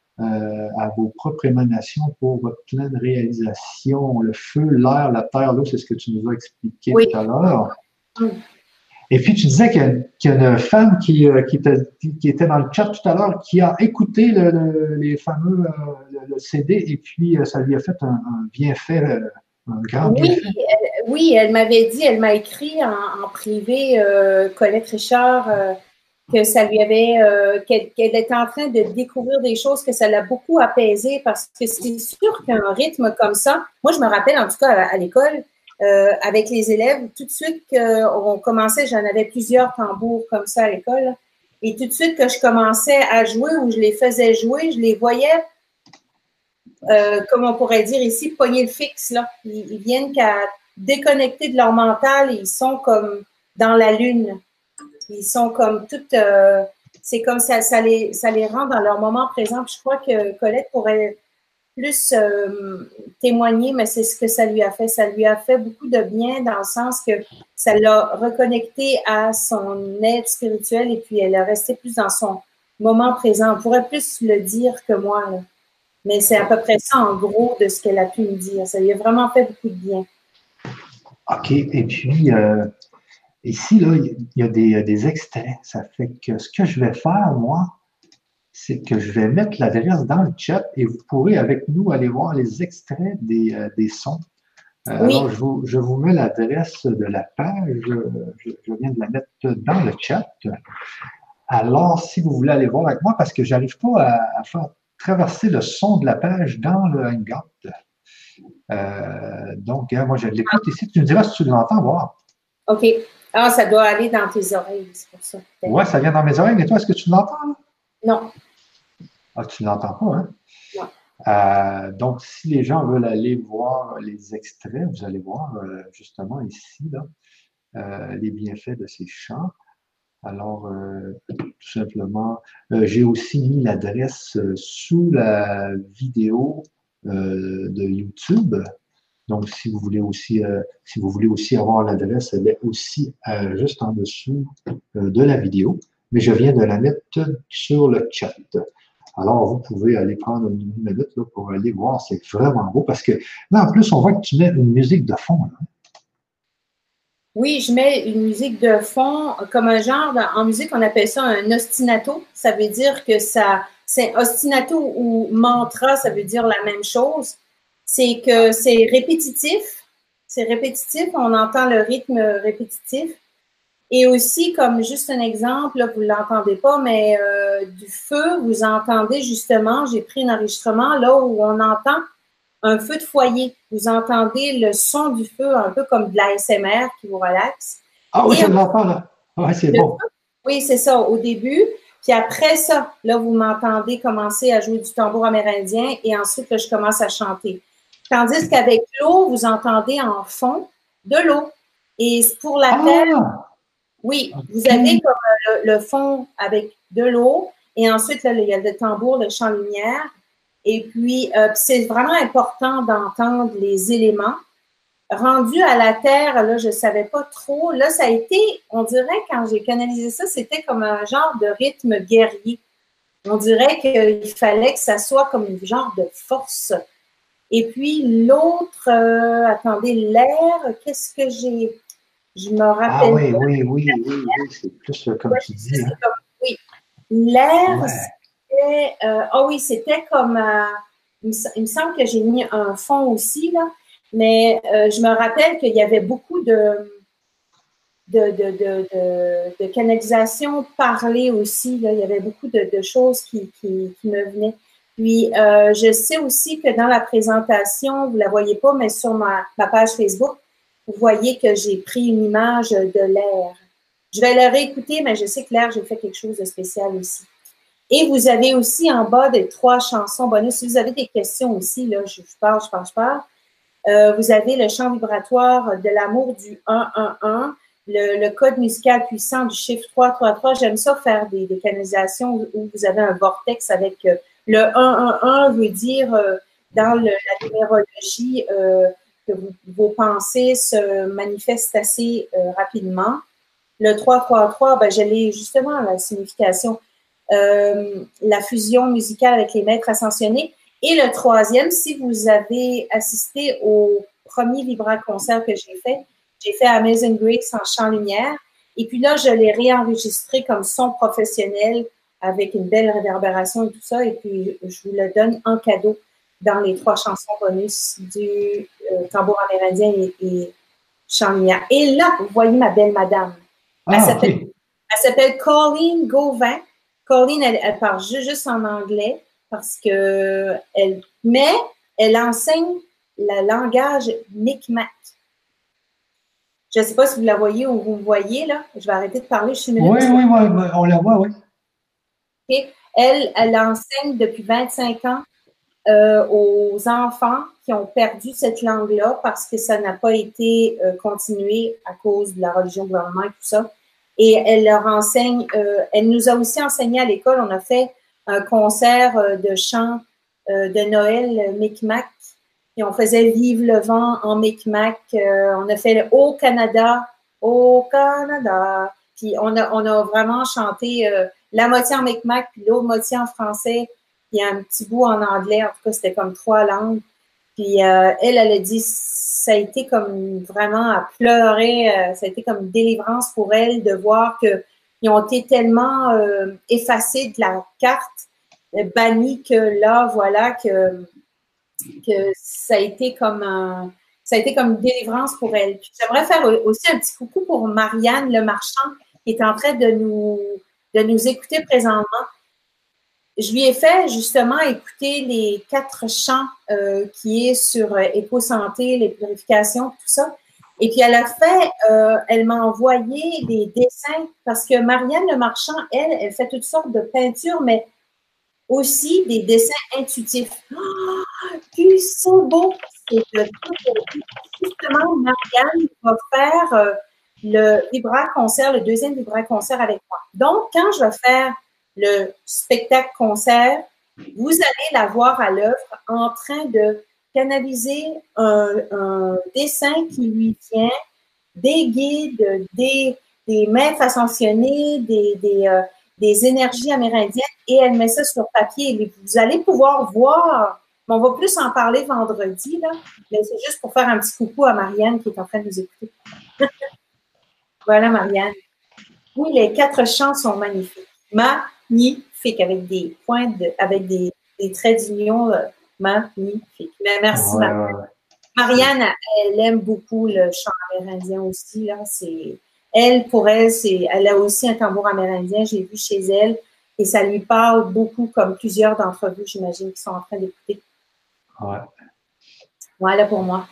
à vos propres émanations pour votre pleine réalisation. Le feu, l'air, la terre, l'eau, c'est ce que tu nous as expliqué tout à l'heure. Et puis, tu disais qu'il y a une femme qui était dans le chat tout à l'heure, qui a écouté les fameux le CD, et puis ça lui a fait un bienfait, un grand bienfait. Oui, elle m'avait dit, elle m'a écrit en privé, Colette Richard, que ça lui avait, qu'elle était en train de découvrir des choses, que ça l'a beaucoup apaisé, parce que c'est sûr qu'un rythme comme ça, moi je me rappelle en tout cas à l'école, avec les élèves, tout de suite qu'on commençait, j'en avais plusieurs tambours comme ça à l'école, et tout de suite que je commençais à jouer ou je les faisais jouer, je les voyais, comme on pourrait dire ici, pogner le fixe. Là. Ils viennent qu'à déconnecter de leur mental et ils sont comme dans la lune. Ils sont comme toutes... c'est comme ça les rend dans leur moment présent. Puis je crois que Colette pourrait plus témoigner, mais c'est ce que ça lui a fait. Ça lui a fait beaucoup de bien dans le sens que ça l'a reconnecté à son être spirituel et puis elle est restée plus dans son moment présent. On pourrait plus le dire que moi, là. Mais c'est à peu près ça, en gros, de ce qu'elle a pu me dire. Ça lui a vraiment fait beaucoup de bien. OK. Et puis, ici, là, il y a des extraits. Ça fait que ce que je vais faire, moi, c'est que je vais mettre l'adresse dans le chat et vous pourrez avec nous aller voir les extraits des sons. Oui. Alors, je vous mets l'adresse de la page. Je viens de la mettre dans le chat. Alors, si vous voulez aller voir avec moi, parce que je n'arrive pas à faire traverser le son de la page dans le Hangout. Donc, moi, je l'écoute ici. Tu me diras si tu l'entends voir. OK. Ah, ça doit aller dans tes oreilles, c'est pour ça. Oui, ça vient dans mes oreilles. Mais toi, est-ce que tu l'entends? Non. Ah, tu ne l'entends pas, hein? Non. Donc, si les gens veulent aller voir les extraits, vous allez voir justement ici, là, les bienfaits de ces chants. Alors, tout simplement, j'ai aussi mis l'adresse sous la vidéo de YouTube. Donc, si vous voulez aussi avoir l'adresse, elle est aussi juste en dessous de la vidéo. Mais je viens de la mettre sur le chat. Alors, vous pouvez aller prendre une minute là, pour aller voir. C'est vraiment beau parce que là, en plus, on voit que tu mets une musique de fond. Là. Oui, je mets une musique de fond comme un genre, en musique, on appelle ça un ostinato. Ça veut dire que c'est ostinato ou mantra, ça veut dire la même chose. C'est que c'est répétitif. C'est répétitif, on entend le rythme répétitif. Et aussi, comme juste un exemple, là, vous ne l'entendez pas, mais du feu, vous entendez justement, j'ai pris un enregistrement là où on entend un feu de foyer. Vous entendez le son du feu, un peu comme de l'ASMR qui vous relaxe. Ah oui, je l'entends là. Oui, c'est bon. Oui, c'est ça, au début. Puis après ça, là, vous m'entendez commencer à jouer du tambour amérindien et ensuite, là, je commence à chanter. Tandis qu'avec l'eau, vous entendez en fond de l'eau. Et pour la terre, oui, vous avez comme le fond avec de l'eau Et ensuite, là, il y a le tambour, le chant lumière. Et puis, c'est vraiment important d'entendre les éléments. Rendu à la terre, là, je ne savais pas trop. Là, ça a été, on dirait, quand j'ai canalisé ça, c'était comme un genre de rythme guerrier. On dirait qu'il fallait que ça soit comme un genre de force. Et puis, l'autre, attendez, l'air, qu'est-ce que j'ai? Je me Ah rappelle oui, pas. oui, oui, oui, oui, c'est plus comme Ouais, tu ça, dis, c'est hein? comme, oui. L'air, Ouais. c'était, oui, c'était comme, il me semble que j'ai mis un fond aussi, là, mais je me rappelle qu'il y avait beaucoup de canalisation parlée aussi, là. Il y avait beaucoup de choses qui me venaient. Puis, je sais aussi que dans la présentation, vous ne la voyez pas, mais sur ma page Facebook, vous voyez que j'ai pris une image de l'air. Je vais le réécouter, mais je sais que l'air, j'ai fait quelque chose de spécial aussi. Et vous avez aussi en bas des 3 chansons bonus. Si vous avez des questions aussi, là, je parle. Vous avez le chant vibratoire de l'amour du 111, le code musical puissant du chiffre 333. J'aime ça faire des canalisations où vous avez un vortex avec le 111 veut dire dans la numérologie que vos pensées se manifestent assez rapidement. Le 333, ben, je l'ai justement la signification, la fusion musicale avec les maîtres ascensionnés. Et le troisième, si vous avez assisté au premier vibra-concert que j'ai fait Amazing Grace en chant lumière. Et puis là, je l'ai réenregistré comme son professionnel avec une belle réverbération et tout ça. Et puis, je vous le donne en cadeau dans les 3 chansons bonus du tambour amérindien et chant lumière. Et là, vous voyez ma belle madame. Elle Ah, OK. s'appelle Colleen Gauvin. Colleen, elle parle juste en anglais parce que elle enseigne le langage Micmac. Je ne sais pas si vous la voyez ou vous me voyez, là. Je vais arrêter de parler, je suis une minute Oui, parce que oui, oui, on la voit, oui. okay, elle enseigne depuis 25 ans aux enfants qui ont perdu cette langue-là parce que ça n'a pas été continué à cause de la religion gouvernement et tout ça. Et elle leur enseigne, elle nous a aussi enseigné à l'école, on a fait un concert de chant de Noël Micmac, et on faisait Vive le vent en Micmac. On a fait le Au Canada. Puis on a vraiment chanté la moitié en Micmac, puis l'autre moitié en français, puis un petit bout en anglais. En tout cas, c'était comme 3 langues. Puis elle a dit, ça a été comme vraiment à pleurer, ça a été comme une délivrance pour elle de voir qu'ils ont été tellement effacés de la carte, bannis que là, voilà, que ça a été comme une délivrance pour elle. Puis j'aimerais faire aussi un petit coucou pour Marianne Le Marchand, qui est en train de nous écouter présentement. Je lui ai fait justement écouter les 4 chants qui est sur Éco-Santé, les purifications, tout ça. Et puis elle m'a envoyé des dessins parce que Marianne Le Marchand, elle fait toutes sortes de peintures, mais aussi des dessins intuitifs. Oh, puis c'est beau! C'est de tout. Justement, Marianne va faire le vibra-concert, le deuxième vibra-concert avec moi. Donc, quand je vais faire le spectacle-concert, vous allez la voir à l'œuvre en train de canaliser un dessin qui lui vient, des guides, des maîtres ascensionnés, des énergies amérindiennes, et elle met ça sur papier. Et vous allez pouvoir voir, on va plus en parler vendredi, là, mais c'est juste pour faire un petit coucou à Marianne qui est en train de nous écouter. Voilà, Marianne. Oui, les 4 chants sont magnifiques. Magnifiques, avec des points, avec des traits d'union magnifiques. Mais merci, Ouais, Marianne. ouais, ouais. Marianne, elle aime beaucoup le chant amérindien aussi. Là. Pour elle, elle a aussi un tambour amérindien, j'ai vu chez elle, et ça lui parle beaucoup, comme plusieurs d'entre vous, j'imagine, qui sont en train d'écouter. Ouais. Voilà pour moi.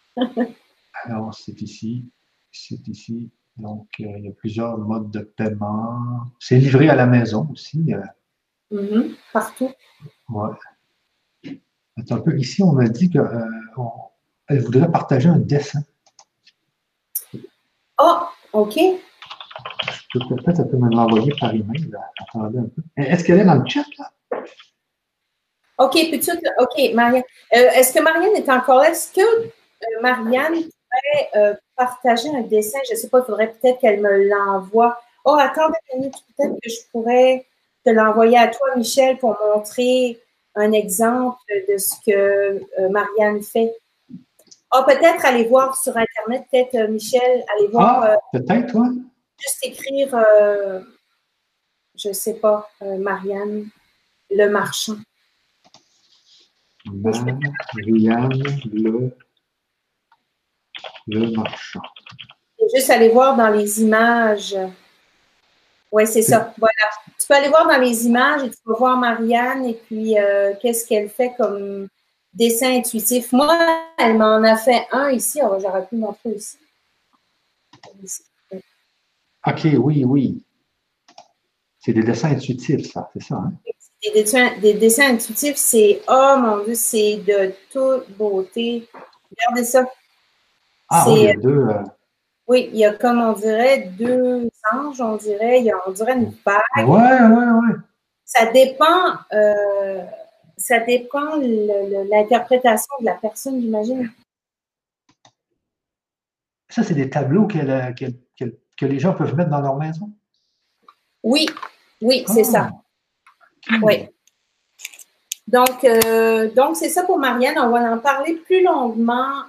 Alors, c'est ici. C'est ici. Donc, il y a plusieurs modes de paiement. C'est livré à la maison aussi. Partout. Ouais. Attends un peu. Ici, on m'a dit qu'elle voudrait partager un dessin. Oh, OK. Peut-être elle peut me l'envoyer par email. Là. Attendez un peu. Est-ce qu'elle est dans le chat, là? OK, OK, Marianne. Est-ce que Marianne est encore là? Est-ce que Marianne pourrait partager un dessin? Je ne sais pas, il faudrait peut-être qu'elle me l'envoie. Oh, attendez une minute, peut-être que je pourrais te l'envoyer à toi, Michel, pour montrer un exemple de ce que Marianne fait. Ah, peut-être aller voir sur Internet, peut-être, Michel, aller voir. Peut-être, toi. Juste écrire, je ne sais pas, Marianne, le marchand. Marianne, le marchand. Et juste aller voir dans les images. Oui, c'est ça. Voilà. Tu peux aller voir dans les images et tu vas voir Marianne et puis qu'est-ce qu'elle fait comme dessin intuitif. Moi, elle m'en a fait un ici. Oh, j'aurais pu le montrer aussi. OK, oui. C'est des dessins intuitifs, ça, c'est ça, hein? Des dessins intuitifs, c'est, oh mon Dieu, c'est de toute beauté. Regardez ça. Ah oui, il y a deux. Oui, il y a comme on dirait deux anges, on dirait une bague. Ouais. Ça dépend l'interprétation de la personne, j'imagine. Ça, c'est des tableaux que les gens peuvent mettre dans leur maison? Oui, c'est ça. Oui. Donc c'est ça pour Marianne. On va en parler plus longuement.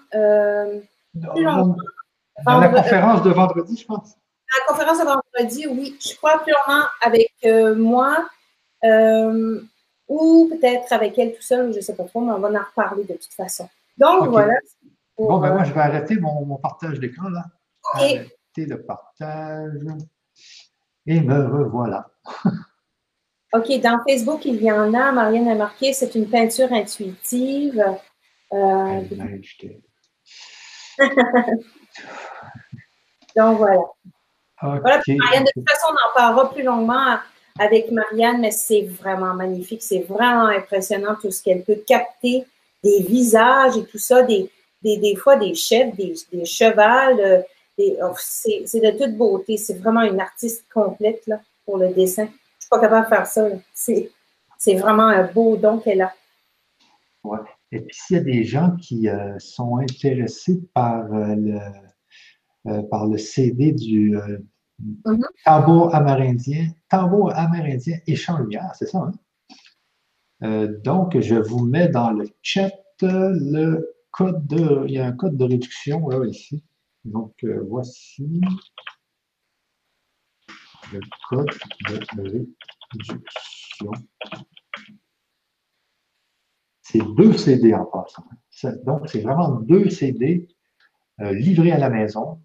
Dans la conférence de vendredi, je pense. La conférence de vendredi, oui. Je crois plus longuement avec moi ou peut-être avec elle tout seul, je ne sais pas trop, mais on va en reparler de toute façon. Donc, voilà. Bon, ben moi, je vais arrêter mon partage d'écran, là. Okay. Arrêter le partage. Et me revoilà. OK, dans Facebook, il y en a. Marianne a marqué, c'est une peinture intuitive. Donc, voilà. Okay. Voilà, Marianne, de toute façon, on en parlera plus longuement avec Marianne, mais c'est vraiment magnifique. C'est vraiment impressionnant tout ce qu'elle peut capter, des visages et tout ça, des fois des chefs, des chevals. C'est de toute beauté. C'est vraiment une artiste complète là, pour le dessin. Je ne suis pas capable de faire ça. C'est vraiment un beau don qu'elle a. Ouais. Et puis, s'il y a des gens qui sont intéressés par le CD du tambour amérindien et chant lumière, c'est ça, hein? Donc, je vous mets dans le chat le code il y a un code de réduction là, ici. Donc, voici le code de réduction. C'est 2 CD en passant. Donc, c'est vraiment 2 CD livrés à la maison.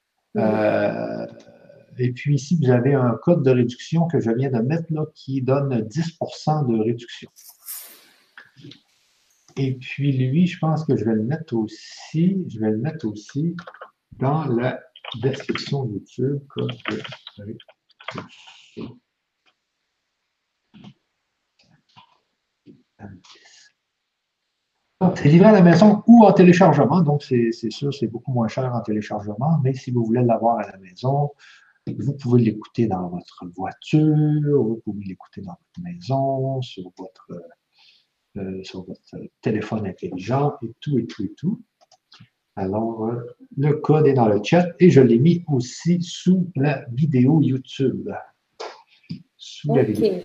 Et puis ici, vous avez un code de réduction que je viens de mettre là qui donne 10% de réduction. Et puis lui, je pense que je vais le mettre aussi dans la description YouTube, code de réduction. Donc, c'est livré à la maison ou en téléchargement. Donc, c'est sûr, c'est beaucoup moins cher en téléchargement. Mais si vous voulez l'avoir à la maison, vous pouvez l'écouter dans votre voiture, vous pouvez l'écouter dans votre maison, sur votre téléphone intelligent et tout. Alors, le code est dans le chat et je l'ai mis aussi sous la vidéo YouTube. Sous la vidéo.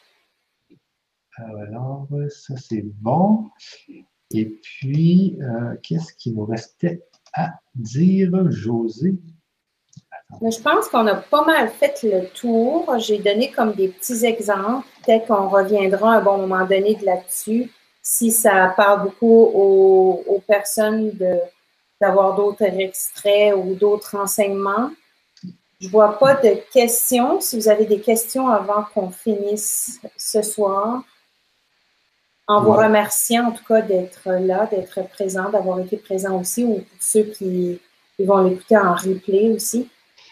Alors, ça c'est bon. Et puis, qu'est-ce qu'il nous restait à dire, Josée? Mais je pense qu'on a pas mal fait le tour. J'ai donné comme des petits exemples. Peut-être qu'on reviendra à un bon moment donné de là-dessus si ça parle beaucoup aux personnes d'avoir d'autres extraits ou d'autres renseignements. Je ne vois pas de questions. Si vous avez des questions avant qu'on finisse ce soir, en vous remerciant en tout cas d'être là, d'être présent, d'avoir été présent aussi, ou pour ceux qui vont l'écouter en replay aussi.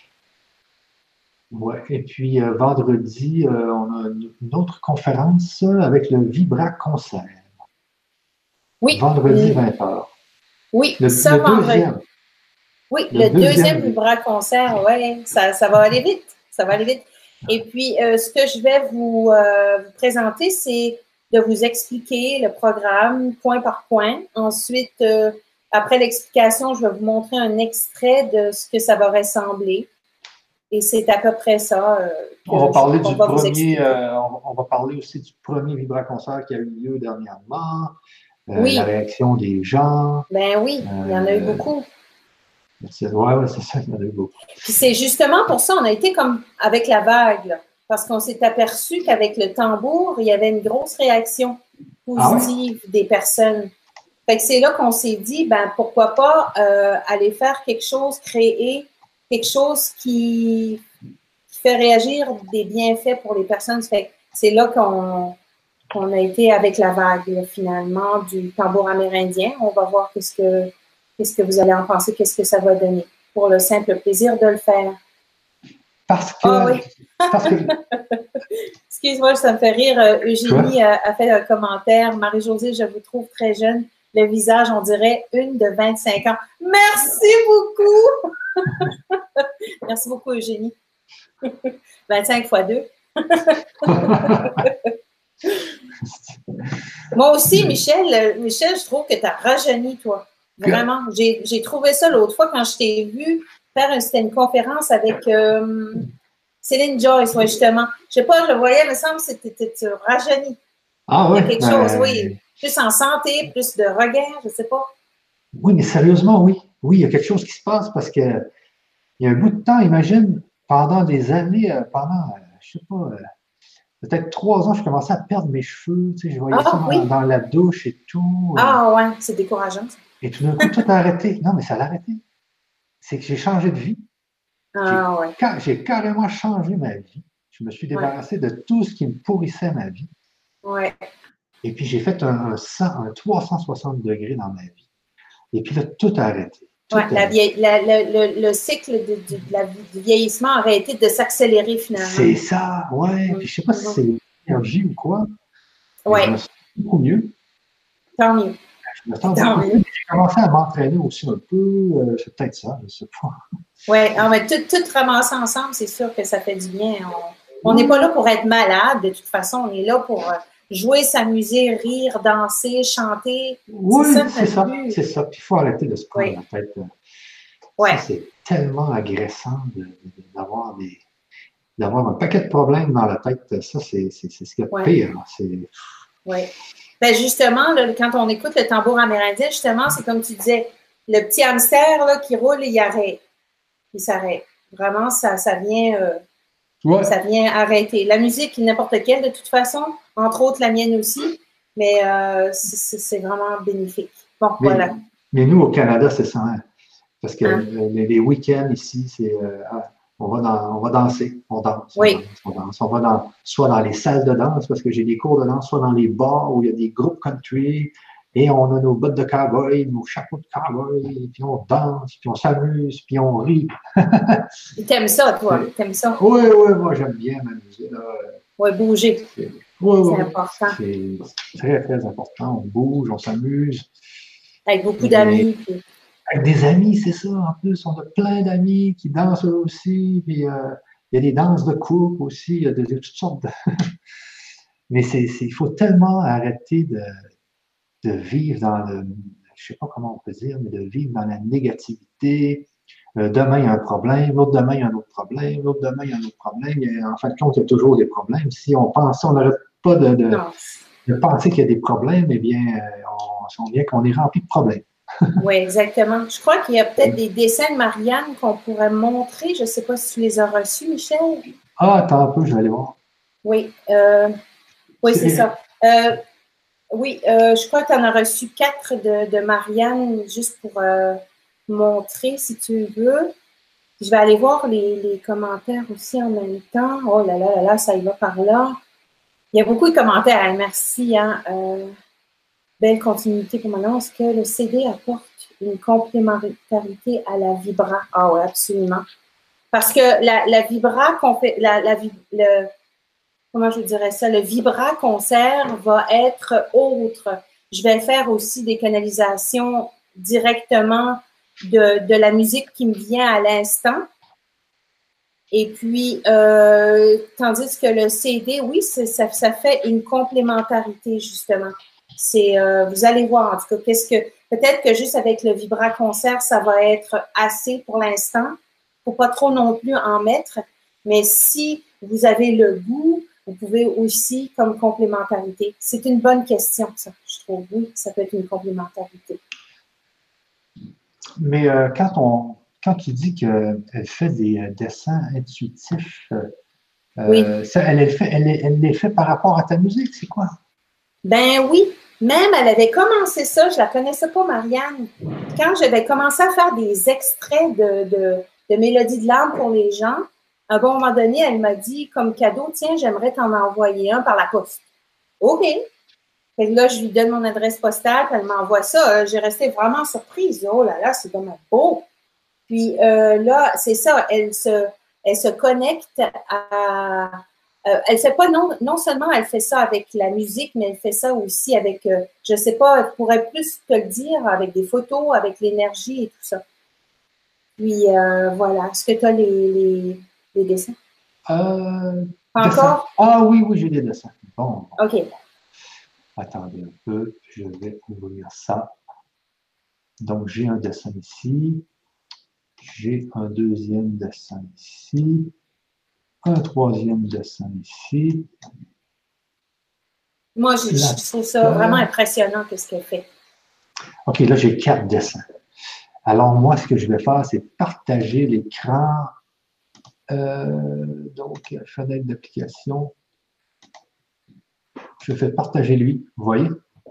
Oui, et puis vendredi, on a une autre conférence avec le Vibra Concert. Oui. Vendredi 20h. Oui, le vendredi. Deuxième. Oui, le deuxième Vibra Concert, oui, ça va aller vite. ça va aller vite. Et puis, ce que je vais vous présenter, c'est de vous expliquer le programme point par point. Ensuite, après l'explication, je vais vous montrer un extrait de ce que ça va ressembler. Et c'est à peu près ça. On va parler du premier, on va parler aussi du premier Vibra-concert qui a eu lieu dernièrement, oui. La réaction des gens. Ben oui, il y en a eu beaucoup. Oui, c'est ça, il y en a eu beaucoup. Puis c'est justement pour ça, on a été comme avec la vague, là, parce qu'on s'est aperçu qu'avec le tambour, il y avait une grosse réaction positive des personnes. Fait que c'est là qu'on s'est dit, ben pourquoi pas aller faire quelque chose, créer quelque chose qui fait réagir des bienfaits pour les personnes. Fait que c'est là qu'on a été avec la vague, là, finalement, du tambour amérindien. On va voir qu'est-ce que vous allez en penser, qu'est-ce que ça va donner, pour le simple plaisir de le faire. Parce que... Ah oui. Excuse-moi, ça me fait rire. Eugénie a fait un commentaire. Marie-Josée, je vous trouve très jeune. Le visage, on dirait une de 25 ans. Merci beaucoup! Merci beaucoup, Eugénie. 25 fois 2. Moi aussi, Michel, je trouve que tu as rajeuni, toi. Vraiment. J'ai trouvé ça l'autre fois quand je t'ai vu faire c'était une conférence avec Céline Joyce, ouais, justement. Je sais pas, je le voyais, il me semble que tu rajeuni. Ah oui? Il y a quelque chose, oui. Plus en santé, plus de regard, je ne sais pas. Oui, mais sérieusement, oui. Oui, il y a quelque chose qui se passe parce que il y a un bout de temps, imagine, pendant des années, je sais pas, peut-être 3 ans, je commençais à perdre mes cheveux. Tu sais, je voyais ça dans la douche et tout. Ah ouais, c'est décourageant. Ça. Et tout d'un coup, tout a arrêté. Non, mais ça l'a arrêté. C'est que j'ai changé de vie. Ah ouais. J'ai carrément changé ma vie. Je me suis débarrassé de tout ce qui me pourrissait ma vie. Ouais. Et puis, j'ai fait un 360 degrés dans ma vie. Et puis là, tout a arrêté. Ouais, le cycle du vieillissement a arrêté de s'accélérer finalement. C'est ça, ouais. Puis je sais pas si c'est l'énergie ou quoi. Ouais. Je me sens beaucoup mieux. Tant mieux. Je me sens beaucoup mieux. J'ai commencé à m'entraîner aussi un peu. C'est peut-être ça, je ne sais pas. Oui, mais tout ramasser ensemble, c'est sûr que ça fait du bien. On n'est pas là pour être malade, de toute façon. On est là pour jouer, s'amuser, rire, danser, chanter. Oui, c'est ça. C'est ça. Puis il faut arrêter de se prendre la tête. Ouais. C'est tellement agressant d'avoir un paquet de problèmes dans la tête. Ça, c'est ce qu'il y a de pire. Oui. Ben justement, là, quand on écoute le tambour amérindien, justement, c'est comme tu disais, le petit hamster là, qui roule et il arrête. Il s'arrête. Vraiment, ça vient arrêter. La musique, n'importe quelle, de toute façon, entre autres la mienne aussi, mais c'est vraiment bénéfique. Bon, voilà. Mais nous, au Canada, c'est ça. Hein? Parce que les week-ends ici, c'est on va danser, on danse. Oui. On danse. On va soit dans les salles de danse, parce que j'ai des cours de danse, soit dans les bars où il y a des groupes country, et on a nos bottes de cowboy, nos chapeaux de cowboy, puis on danse, puis on s'amuse, puis on rit. T'aimes ça, toi? T'aimes ça? Oui, moi j'aime bien m'amuser. Oui, bouger. C'est important. C'est très, très important. On bouge, on s'amuse. Avec beaucoup d'amis. Puis... Avec des amis, c'est ça. En plus, on a plein d'amis qui dansent eux aussi. Puis il y a des danses de couple aussi. Il y a toutes sortes de. Mais il faut tellement arrêter de vivre dans le. Je ne sais pas comment on peut dire, mais de vivre dans la négativité. Demain, il y a un problème. L'autre demain, il y a un autre problème. L'autre demain, il y a un autre problème. En fin de compte, il y a toujours des problèmes. Si on n'arrête pas de penser qu'il y a des problèmes, eh bien, on vient qu'on est rempli de problèmes. Oui, exactement. Je crois qu'il y a peut-être des dessins de Marianne qu'on pourrait montrer. Je ne sais pas si tu les as reçus, Michel. Ah, attends un peu, je vais aller voir. Oui, c'est ça. Oui, je crois que tu en as reçu 4 de Marianne, juste pour montrer, si tu veux. Je vais aller voir les commentaires aussi en même temps. Oh là là là là, ça y va par là. Il y a beaucoup de commentaires. Merci, hein. Belle continuité pour maintenant. Est-ce que le CD apporte une complémentarité à la vibra? Ah oui, absolument. Parce que la vibra qu'on fait, comment je dirais ça, le vibra concert va être autre. Je vais faire aussi des canalisations directement de la musique qui me vient à l'instant. Et puis, tandis que le CD, oui, ça fait une complémentarité, justement. Vous allez voir, en tout cas, peut-être que juste avec le vibra-concert, ça va être assez pour l'instant. Il ne faut pas trop non plus en mettre. Mais si vous avez le goût, vous pouvez aussi comme complémentarité. C'est une bonne question, ça, je trouve. Oui, ça peut être une complémentarité. Mais quand tu dis qu'elle fait des dessins intuitifs, Oui. elle les fait par rapport à ta musique, c'est quoi? Ben oui, même elle avait commencé ça, je la connaissais pas, Marianne. Quand j'avais commencé à faire des extraits de mélodies de l'âme pour les gens, à un bon moment donné, elle m'a dit comme cadeau, tiens, j'aimerais t'en envoyer un par la poste. OK. Fait que là, je lui donne mon adresse postale, puis elle m'envoie ça. J'ai resté vraiment surprise. Oh là là, c'est vraiment beau. Puis là, c'est ça, elle se connecte à. Elle fait pas, non seulement elle fait ça avec la musique, mais elle fait ça aussi avec, je sais pas, elle pourrait plus te le dire, avec des photos, avec l'énergie et tout ça. Puis voilà. Est-ce que tu as les dessins? Pas Dessins. encore? Ah oui, j'ai des dessins. Bon. OK. Attendez un peu, je vais ouvrir ça. Donc, j'ai un dessin ici. J'ai un deuxième dessin ici. Un troisième dessin ici. Moi, je trouve ça vraiment impressionnant, ce qu'elle fait. OK, là, j'ai 4 dessins. Alors, moi, ce que je vais faire, c'est partager l'écran. Donc, fenêtre d'application. Je fais partager lui, vous voyez?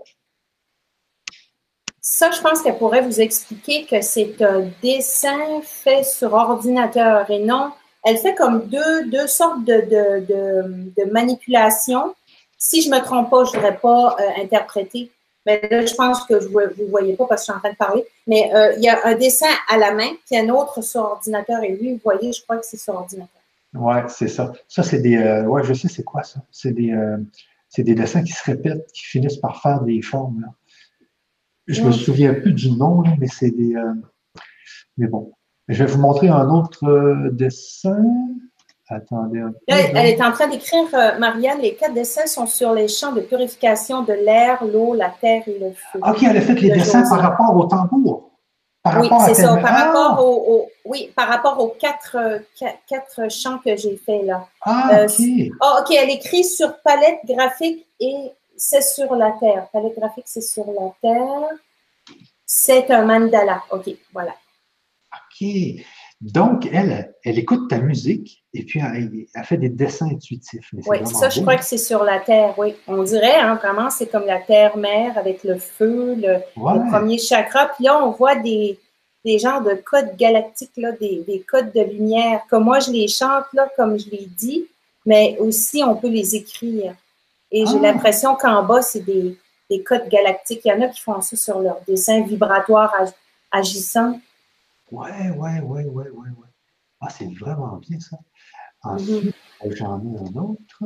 Ça, je pense qu'elle pourrait vous expliquer que c'est un dessin fait sur ordinateur et non, elle fait comme deux sortes de manipulations. Si je ne me trompe pas, je ne voudrais pas interpréter. Mais là, je pense que vous ne voyez pas parce que je suis en train de parler. Mais il y a un dessin à la main, puis un autre sur ordinateur. Et lui, vous voyez, je crois que c'est sur ordinateur. Oui, c'est ça. Ça, c'est des. Ouais, je sais c'est quoi ça. C'est des dessins qui se répètent, qui finissent par faire des formes. Là. Je me souviens plus du nom, là, mais c'est des. Mais bon. Je vais vous montrer un autre dessin. Attendez un peu. Là, elle est en train d'écrire, Marianne, les 4 dessins sont sur les champs de purification de l'air, l'eau, la terre et le feu. OK, elle a fait les dessins par rapport au tambour. Oui, c'est ça. Par rapport aux 4 chants que j'ai faits là. Ah, OK. OK, elle écrit sur palette graphique et c'est sur la terre. Palette graphique, c'est sur la terre. C'est un mandala. OK, voilà. OK. Donc, elle écoute ta musique et puis elle fait des dessins intuitifs. Oui, ça, je crois que c'est sur la terre, oui. On dirait, hein, vraiment, c'est comme la terre-mère avec le feu, le premier chakra. Puis là, on voit des genres de codes galactiques, là, des codes de lumière. Comme moi, je les chante, là, comme je l'ai dit, mais aussi, on peut les écrire. Et j'ai l'impression qu'en bas, c'est des codes galactiques. Il y en a qui font ça sur leur dessin vibratoire agissant. Ouais. Ah, c'est vraiment bien, ça. Ensuite, j'en ai un autre.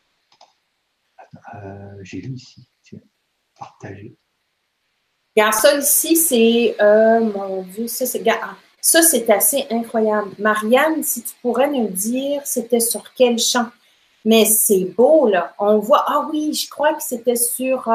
J'ai lu ici. Tiens, partager. Regarde, ça ici, c'est, mon Dieu, ça, c'est assez incroyable. Marianne, si tu pourrais nous dire, c'était sur quel champ? Mais c'est beau, là. On voit, ah oui, je crois que c'était sur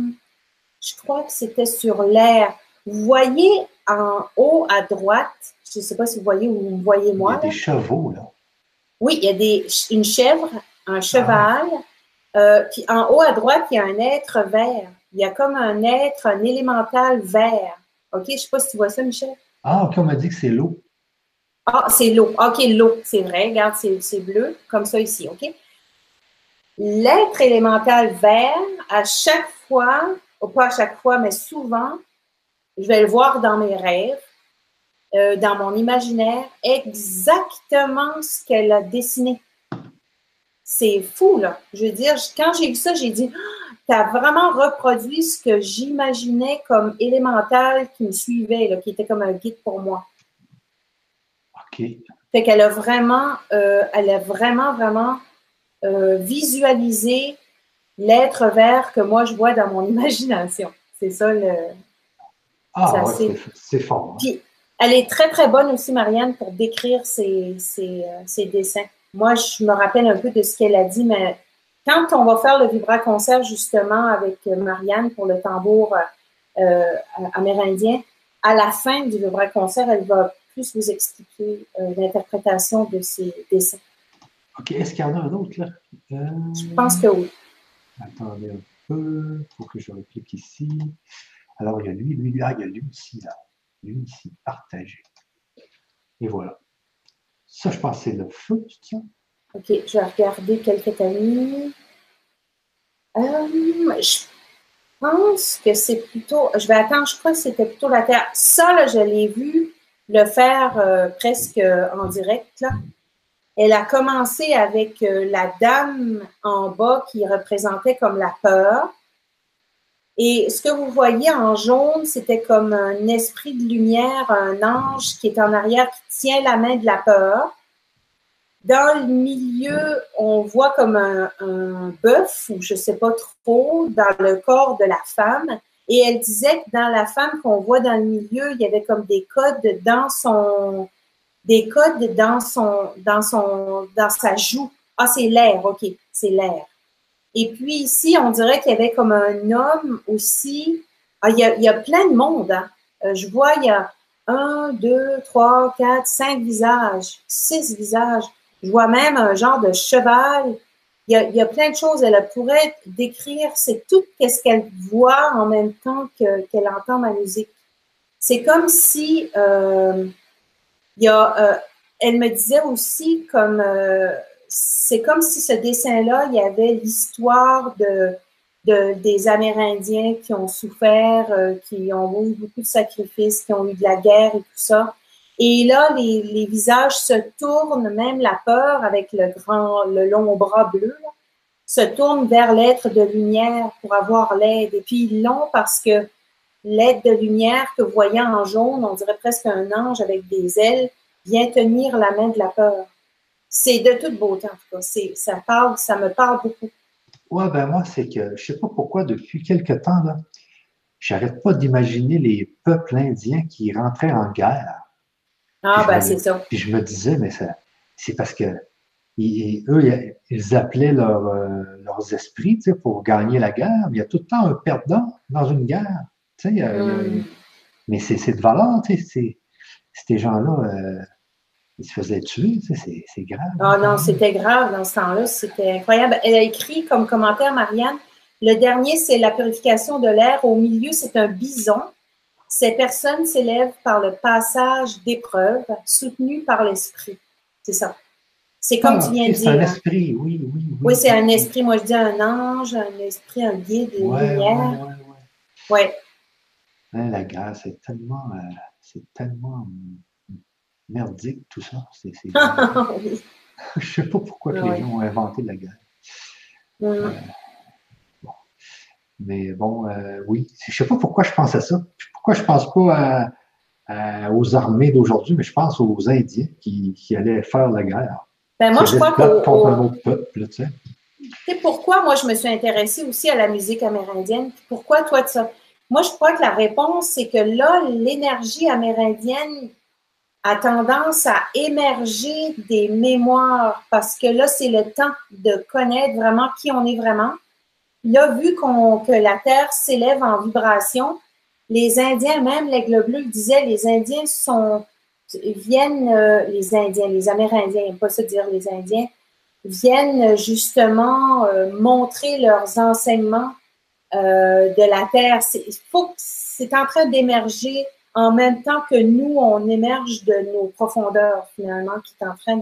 l'air. Vous voyez en haut à droite, je ne sais pas si vous voyez ou vous me voyez moi. Il y a des chevaux, là. Oui, il y a une chèvre, un cheval. Puis en haut à droite, il y a un être vert. Il y a comme un élémental vert. OK, je ne sais pas si tu vois ça, Michel. Ah, OK, on m'a dit que c'est l'eau. Ah, c'est l'eau. OK, l'eau, c'est vrai. Regarde, c'est bleu, comme ça ici, OK? L'être élémental vert, à chaque fois, ou pas à chaque fois, mais souvent, je vais le voir dans mes rêves, dans mon imaginaire, exactement ce qu'elle a dessiné. C'est fou, là. Je veux dire, quand j'ai vu ça, j'ai dit, tu as vraiment reproduit ce que j'imaginais comme élémental qui me suivait, là, qui était comme un guide pour moi. OK. Fait qu'elle a vraiment, vraiment visualisé l'être vert que moi, je vois dans mon imagination. C'est ça le... Ah, ouais, c'est fort. Hein? Puis, Elle est très, très bonne aussi, Marianne, pour décrire ses dessins. Moi, je me rappelle un peu de ce qu'elle a dit, mais quand on va faire le vibra-concert, justement, avec Marianne pour le tambour amérindien, à la fin du vibra-concert, elle va plus vous expliquer l'interprétation de ses dessins. OK, est-ce qu'il y en a un autre, là? Je pense que oui. Attendez un peu, il faut que je replique ici. Alors, il y a lui, il y a lui aussi, là. Lui ici, partagé. Et voilà. Ça, je pense que c'est le feu, c'est ça? OK, je vais regarder quelques amis. Je pense que c'est plutôt... Je vais attendre, je crois que c'était plutôt la Terre. Ça, là, je l'ai vu le faire presque en direct, là. Elle a commencé avec la dame en bas qui représentait comme la peur. Et ce que vous voyez en jaune, c'était comme un esprit de lumière, un ange qui est en arrière, qui tient la main de la peur. Dans le milieu, on voit comme un bœuf, ou je ne sais pas trop, dans le corps de la femme. Et elle disait que dans la femme qu'on voit dans le milieu, il y avait comme des codes dans sa joue. Ah, c'est l'air, OK, c'est l'air. Et puis ici, on dirait qu'il y avait comme un homme aussi. Ah, il y a plein de monde, hein. Je vois, il y a 1, 2, 3, 4, 5 visages, 6 visages. Je vois même un genre de cheval. Il y a plein de choses. Elle pourrait décrire, c'est tout ce qu'elle voit en même temps qu'elle entend ma musique. C'est comme si elle me disait aussi comme c'est comme si ce dessin-là, il y avait l'histoire des Amérindiens qui ont souffert, qui ont eu beaucoup de sacrifices, qui ont eu de la guerre et tout ça. Et là, les visages se tournent, même la peur avec le long bras bleu, là, se tourne vers l'être de lumière pour avoir l'aide. Et puis ils l'ont parce que l'aide de lumière que vous voyez en jaune, on dirait presque un ange avec des ailes, vient tenir la main de la peur. C'est de toute beauté, en tout cas. Ça me parle beaucoup. Ouais, ben moi, c'est que je ne sais pas pourquoi, depuis quelque temps, là, j'arrête pas d'imaginer les peuples indiens qui rentraient en guerre. Ah, ben c'est ça. Puis je me disais, mais c'est parce que eux, ils appelaient leurs esprits, tu sais, pour gagner la guerre. Mais il y a tout le temps un perdant dans une guerre. Tu sais, mais c'est de valeur, tu sais. Ces gens-là, ils se faisaient tuer, tu sais, c'est grave. Ah non, c'était grave dans ce temps-là. C'était incroyable. Elle a écrit comme commentaire, Marianne, le dernier, c'est la purification de l'air. Au milieu, c'est un bison. Ces personnes s'élèvent par le passage d'épreuves, soutenues par l'esprit. C'est ça. C'est comme tu viens de dire. C'est un esprit, oui. Oui, c'est un esprit. Moi, je dis un ange, un esprit, un guide, une lumière. Ouais. Hein, la guerre, c'est tellement merdique, tout ça. Oui. Je ne sais pas pourquoi les gens ont inventé la guerre. Bon. Mais bon, oui. Je ne sais pas pourquoi je pense à ça. Pourquoi je ne pense pas aux armées d'aujourd'hui, mais je pense aux Indiens qui allaient faire la guerre. Ben moi, je crois contre un autre peuple, tu sais. Tu sais pourquoi moi je me suis intéressée aussi à la musique amérindienne? Pourquoi toi de ça? Moi, je crois que la réponse, c'est que là, l'énergie amérindienne a tendance à émerger des mémoires parce que là, c'est le temps de connaître vraiment qui on est vraiment. Là, vu que la Terre s'élève en vibration, les Indiens, même l'Aigle bleu disait, les Indiens les Amérindiens, pas ça dire les Indiens, viennent justement montrer leurs enseignements de la Terre. C'est en train d'émerger en même temps que nous, on émerge de nos profondeurs, finalement, qui est en train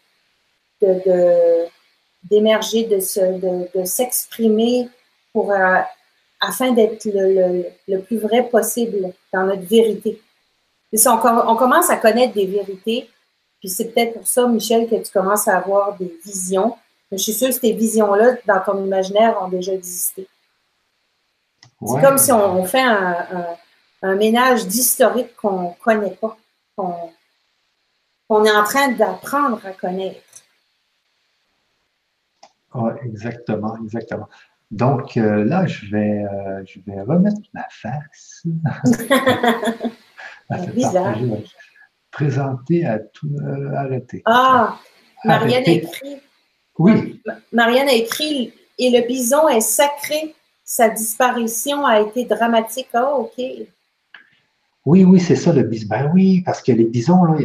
d'émerger, de s'exprimer afin d'être le plus vrai possible dans notre vérité. On commence à connaître des vérités, puis c'est peut-être pour ça, Michel, que tu commences à avoir des visions. Mais je suis sûre que ces visions-là, dans ton imaginaire, ont déjà existé. Ouais. C'est comme si on fait un ménage d'historique qu'on ne connaît pas, qu'on est en train d'apprendre à connaître. Oui, exactement. Donc là, je vais remettre ma face. Bizarre. présenter à tout arrêter. Ah, Marianne a Arrêter. écrit. Oui, Marianne a écrit « Et le bison est sacré. Sa disparition a été dramatique. » Ah, OK. oui, c'est ça le bison. Ben oui, parce que les bisons, là,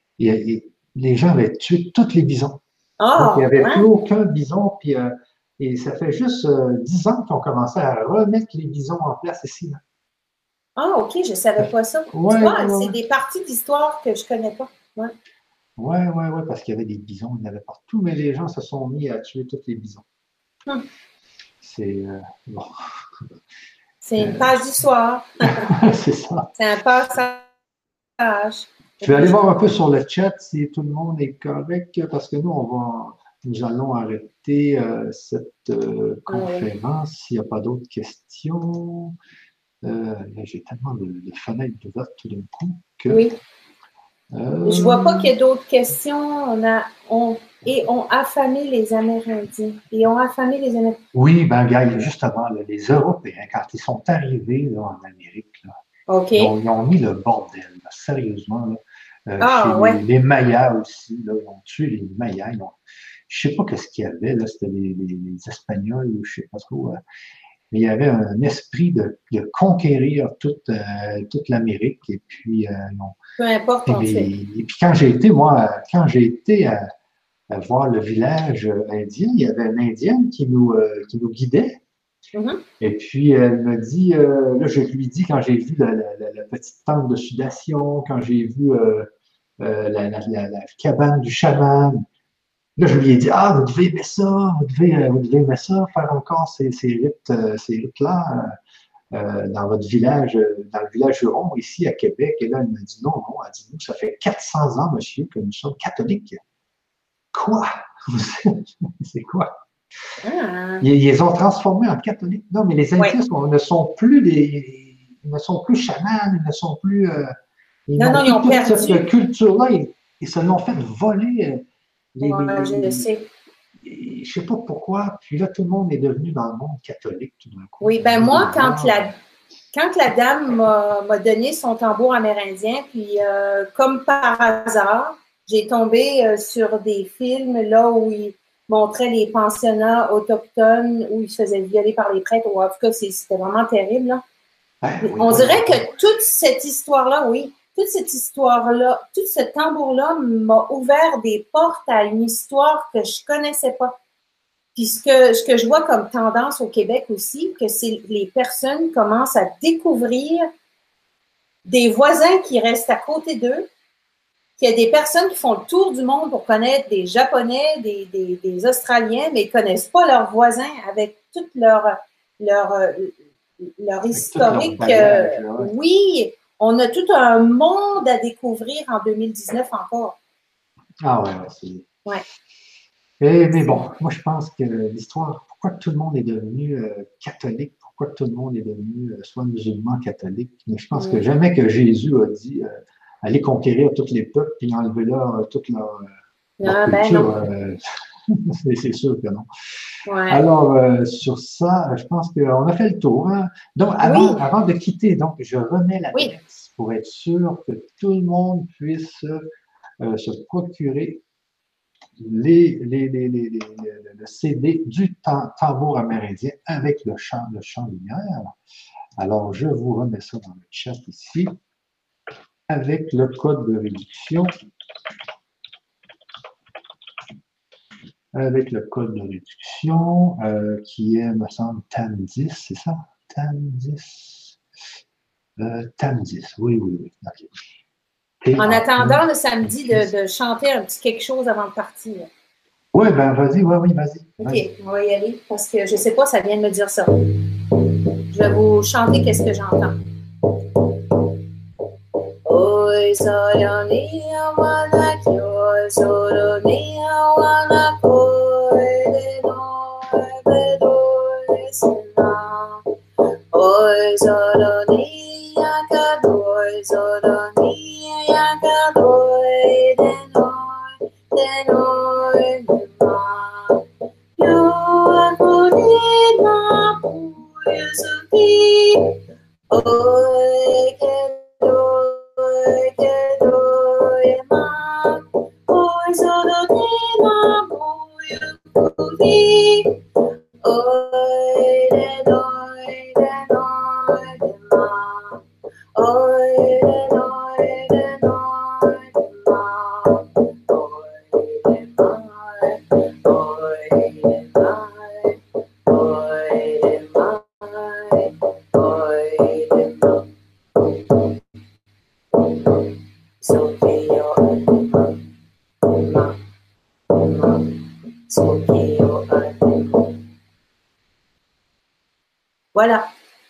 les gens avaient tué tous les bisons. Donc, il n'y Ah, avait plus ouais. aucun bison. Puis, et ça fait juste 10 ans qu'on commençait à remettre les bisons en place ici. Là. Ah, OK, je ne savais pas ça. Tu Ouais, vois, ouais, c'est ouais. des parties d'histoire que je ne connais pas. Ouais. Ouais, parce qu'il y avait des bisons, il y en avait partout, mais les gens se sont mis à tuer tous les bisons. Hum. C'est bon, C'est une page d'histoire. c'est ça. C'est un passage. Je vais aller voir un peu sur le chat si tout le monde est correct, parce que nous allons arrêter cette conférence s'il n'y a pas d'autres questions. Là, j'ai tellement de fenêtres ouvertes tout d'un coup que. Oui. Je ne vois pas qu'il y ait d'autres questions. Et ont affamé les Amérindiens. Et ont affamé les Amérindiens. Oui, ben, gars, justement, là, les Européens, quand ils sont arrivés là, en Amérique, là, OK. ils ont mis le bordel, là, sérieusement. Là, chez ouais. les Mayas aussi, là, ils ont tué les Mayas. Je ne sais pas ce qu'il y avait, là, c'était les Espagnols, ou je ne sais pas trop. Mais il y avait un esprit de conquérir toute l'Amérique. Et puis, Peu importe ton fait. et puis quand j'ai été à voir le village indien, il y avait une Indienne qui nous guidait. Mm-hmm. Et puis, elle me dit, là, je lui dis, quand j'ai vu la petite tente de sudation, quand j'ai vu la cabane du chaman, là, je lui ai dit, ah, vous devez aimer ça, vous devez aimer ça, faire encore ces rites-là dans votre village, dans le village Huron, ici à Québec. Et là, elle me dit, non, elle dit, nous, ça fait 400 ans, monsieur, que nous sommes catholiques. Quoi? C'est quoi? Ah. Ils les ont transformés en catholiques. Non, mais les Indiens ne sont plus chamans, ils ne sont plus. Ils ont perdu cette culture-là. Ils se l'ont fait voler. Je sais. Je ne sais pas pourquoi. Puis là, tout le monde est devenu dans le monde catholique tout d'un coup. Oui, ben moi, quand la dame m'a donné son tambour amérindien, puis comme par hasard, j'ai tombé sur des films là où il montrait les pensionnats autochtones où ils se faisaient violer par les prêtres. En tout cas, c'était vraiment terrible. Là. On dirait que toute cette histoire-là, tout ce tambour-là m'a ouvert des portes à une histoire que je ne connaissais pas. Puis ce que je vois comme tendance au Québec aussi, que c'est les personnes commencent à découvrir des voisins qui restent à côté d'eux, qu'il y a des personnes qui font le tour du monde pour connaître des Japonais, des Australiens, mais ils ne connaissent pas leurs voisins avec toute leur historique. Bagage, oui, on a tout un monde à découvrir en 2019 encore. Ah ouais, c'est. Ouais. Mais bon, moi je pense que l'histoire, pourquoi tout le monde est devenu catholique, pourquoi tout le monde est devenu soit musulman, catholique, mais je pense que jamais que Jésus a dit allez conquérir tous les peuples et enlever leur toute leur culture. C'est sûr que non. Ouais. Alors, sur ça, je pense qu'on a fait le tour. Hein? Donc, avant de quitter, donc, je remets l'adresse pour être sûr que tout le monde puisse se procurer le CD du tambour amérindien avec le chant lumière. Alors, je vous remets ça dans le chat ici avec le code de réduction. Avec le code de réduction qui est, me semble, TAM10, c'est ça? TAM10. TAM10, oui. Okay. En attendant le samedi de chanter un petit quelque chose avant de partir. Oui, ben vas-y, vas-y. OK, on va y aller parce que je ne sais pas, ça vient de me dire ça. Je vais vous chanter qu'est-ce que j'entends. Oi, Soyonia, Wanakyo, Soronia, Wanako, Sina. Oi, Soronia, Kadoi, Soronia, Kadoi, Denoi, Nema. Yo, Akonina, Puyusuki. Oi, Kedoi, Voilà.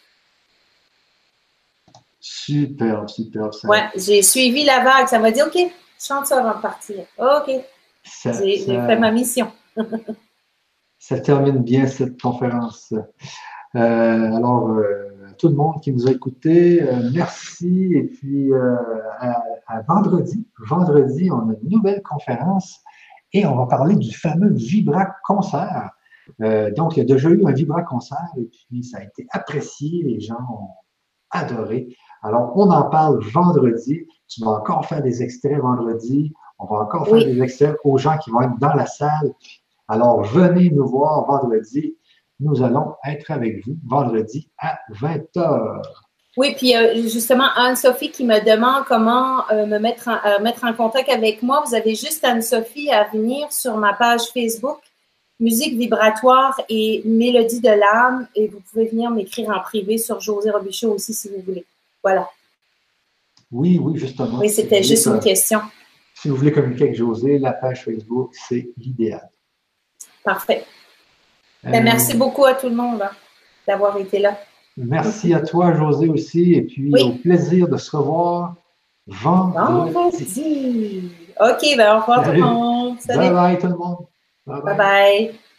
Superbe, superbe. Ouais, j'ai suivi la vague. Ça m'a dit, OK, chante ça avant de partir. OK. J'ai fait ma mission. Ça termine bien cette conférence. Alors, tout le monde qui nous a écoutés, merci. Et puis, à vendredi. Vendredi, on a une nouvelle conférence et on va parler du fameux Vibra Concert. Donc, il y a déjà eu un Vibra Concert et puis ça a été apprécié. Les gens ont adoré. Alors, on en parle vendredi. Tu vas encore faire des extraits vendredi. On va encore faire des extraits aux gens qui vont être dans la salle. Alors, venez nous voir vendredi. Nous allons être avec vous vendredi à 20h. Oui, puis justement, Anne-Sophie qui me demande comment me mettre en contact avec moi. Vous avez juste Anne-Sophie à venir sur ma page Facebook, Musique vibratoire et Mélodie de l'âme. Et vous pouvez venir m'écrire en privé sur José Robichaud aussi si vous voulez. Voilà. Oui, oui, justement. Oui, c'était juste une question. Si vous voulez communiquer avec José, la page Facebook, c'est l'idéal. Parfait. Merci beaucoup à tout le monde d'avoir été là. Merci à toi, José, aussi. Et puis, au plaisir de se revoir vendredi. OK, ben au revoir tout le monde. Salut. Bye bye tout le monde. Bye bye.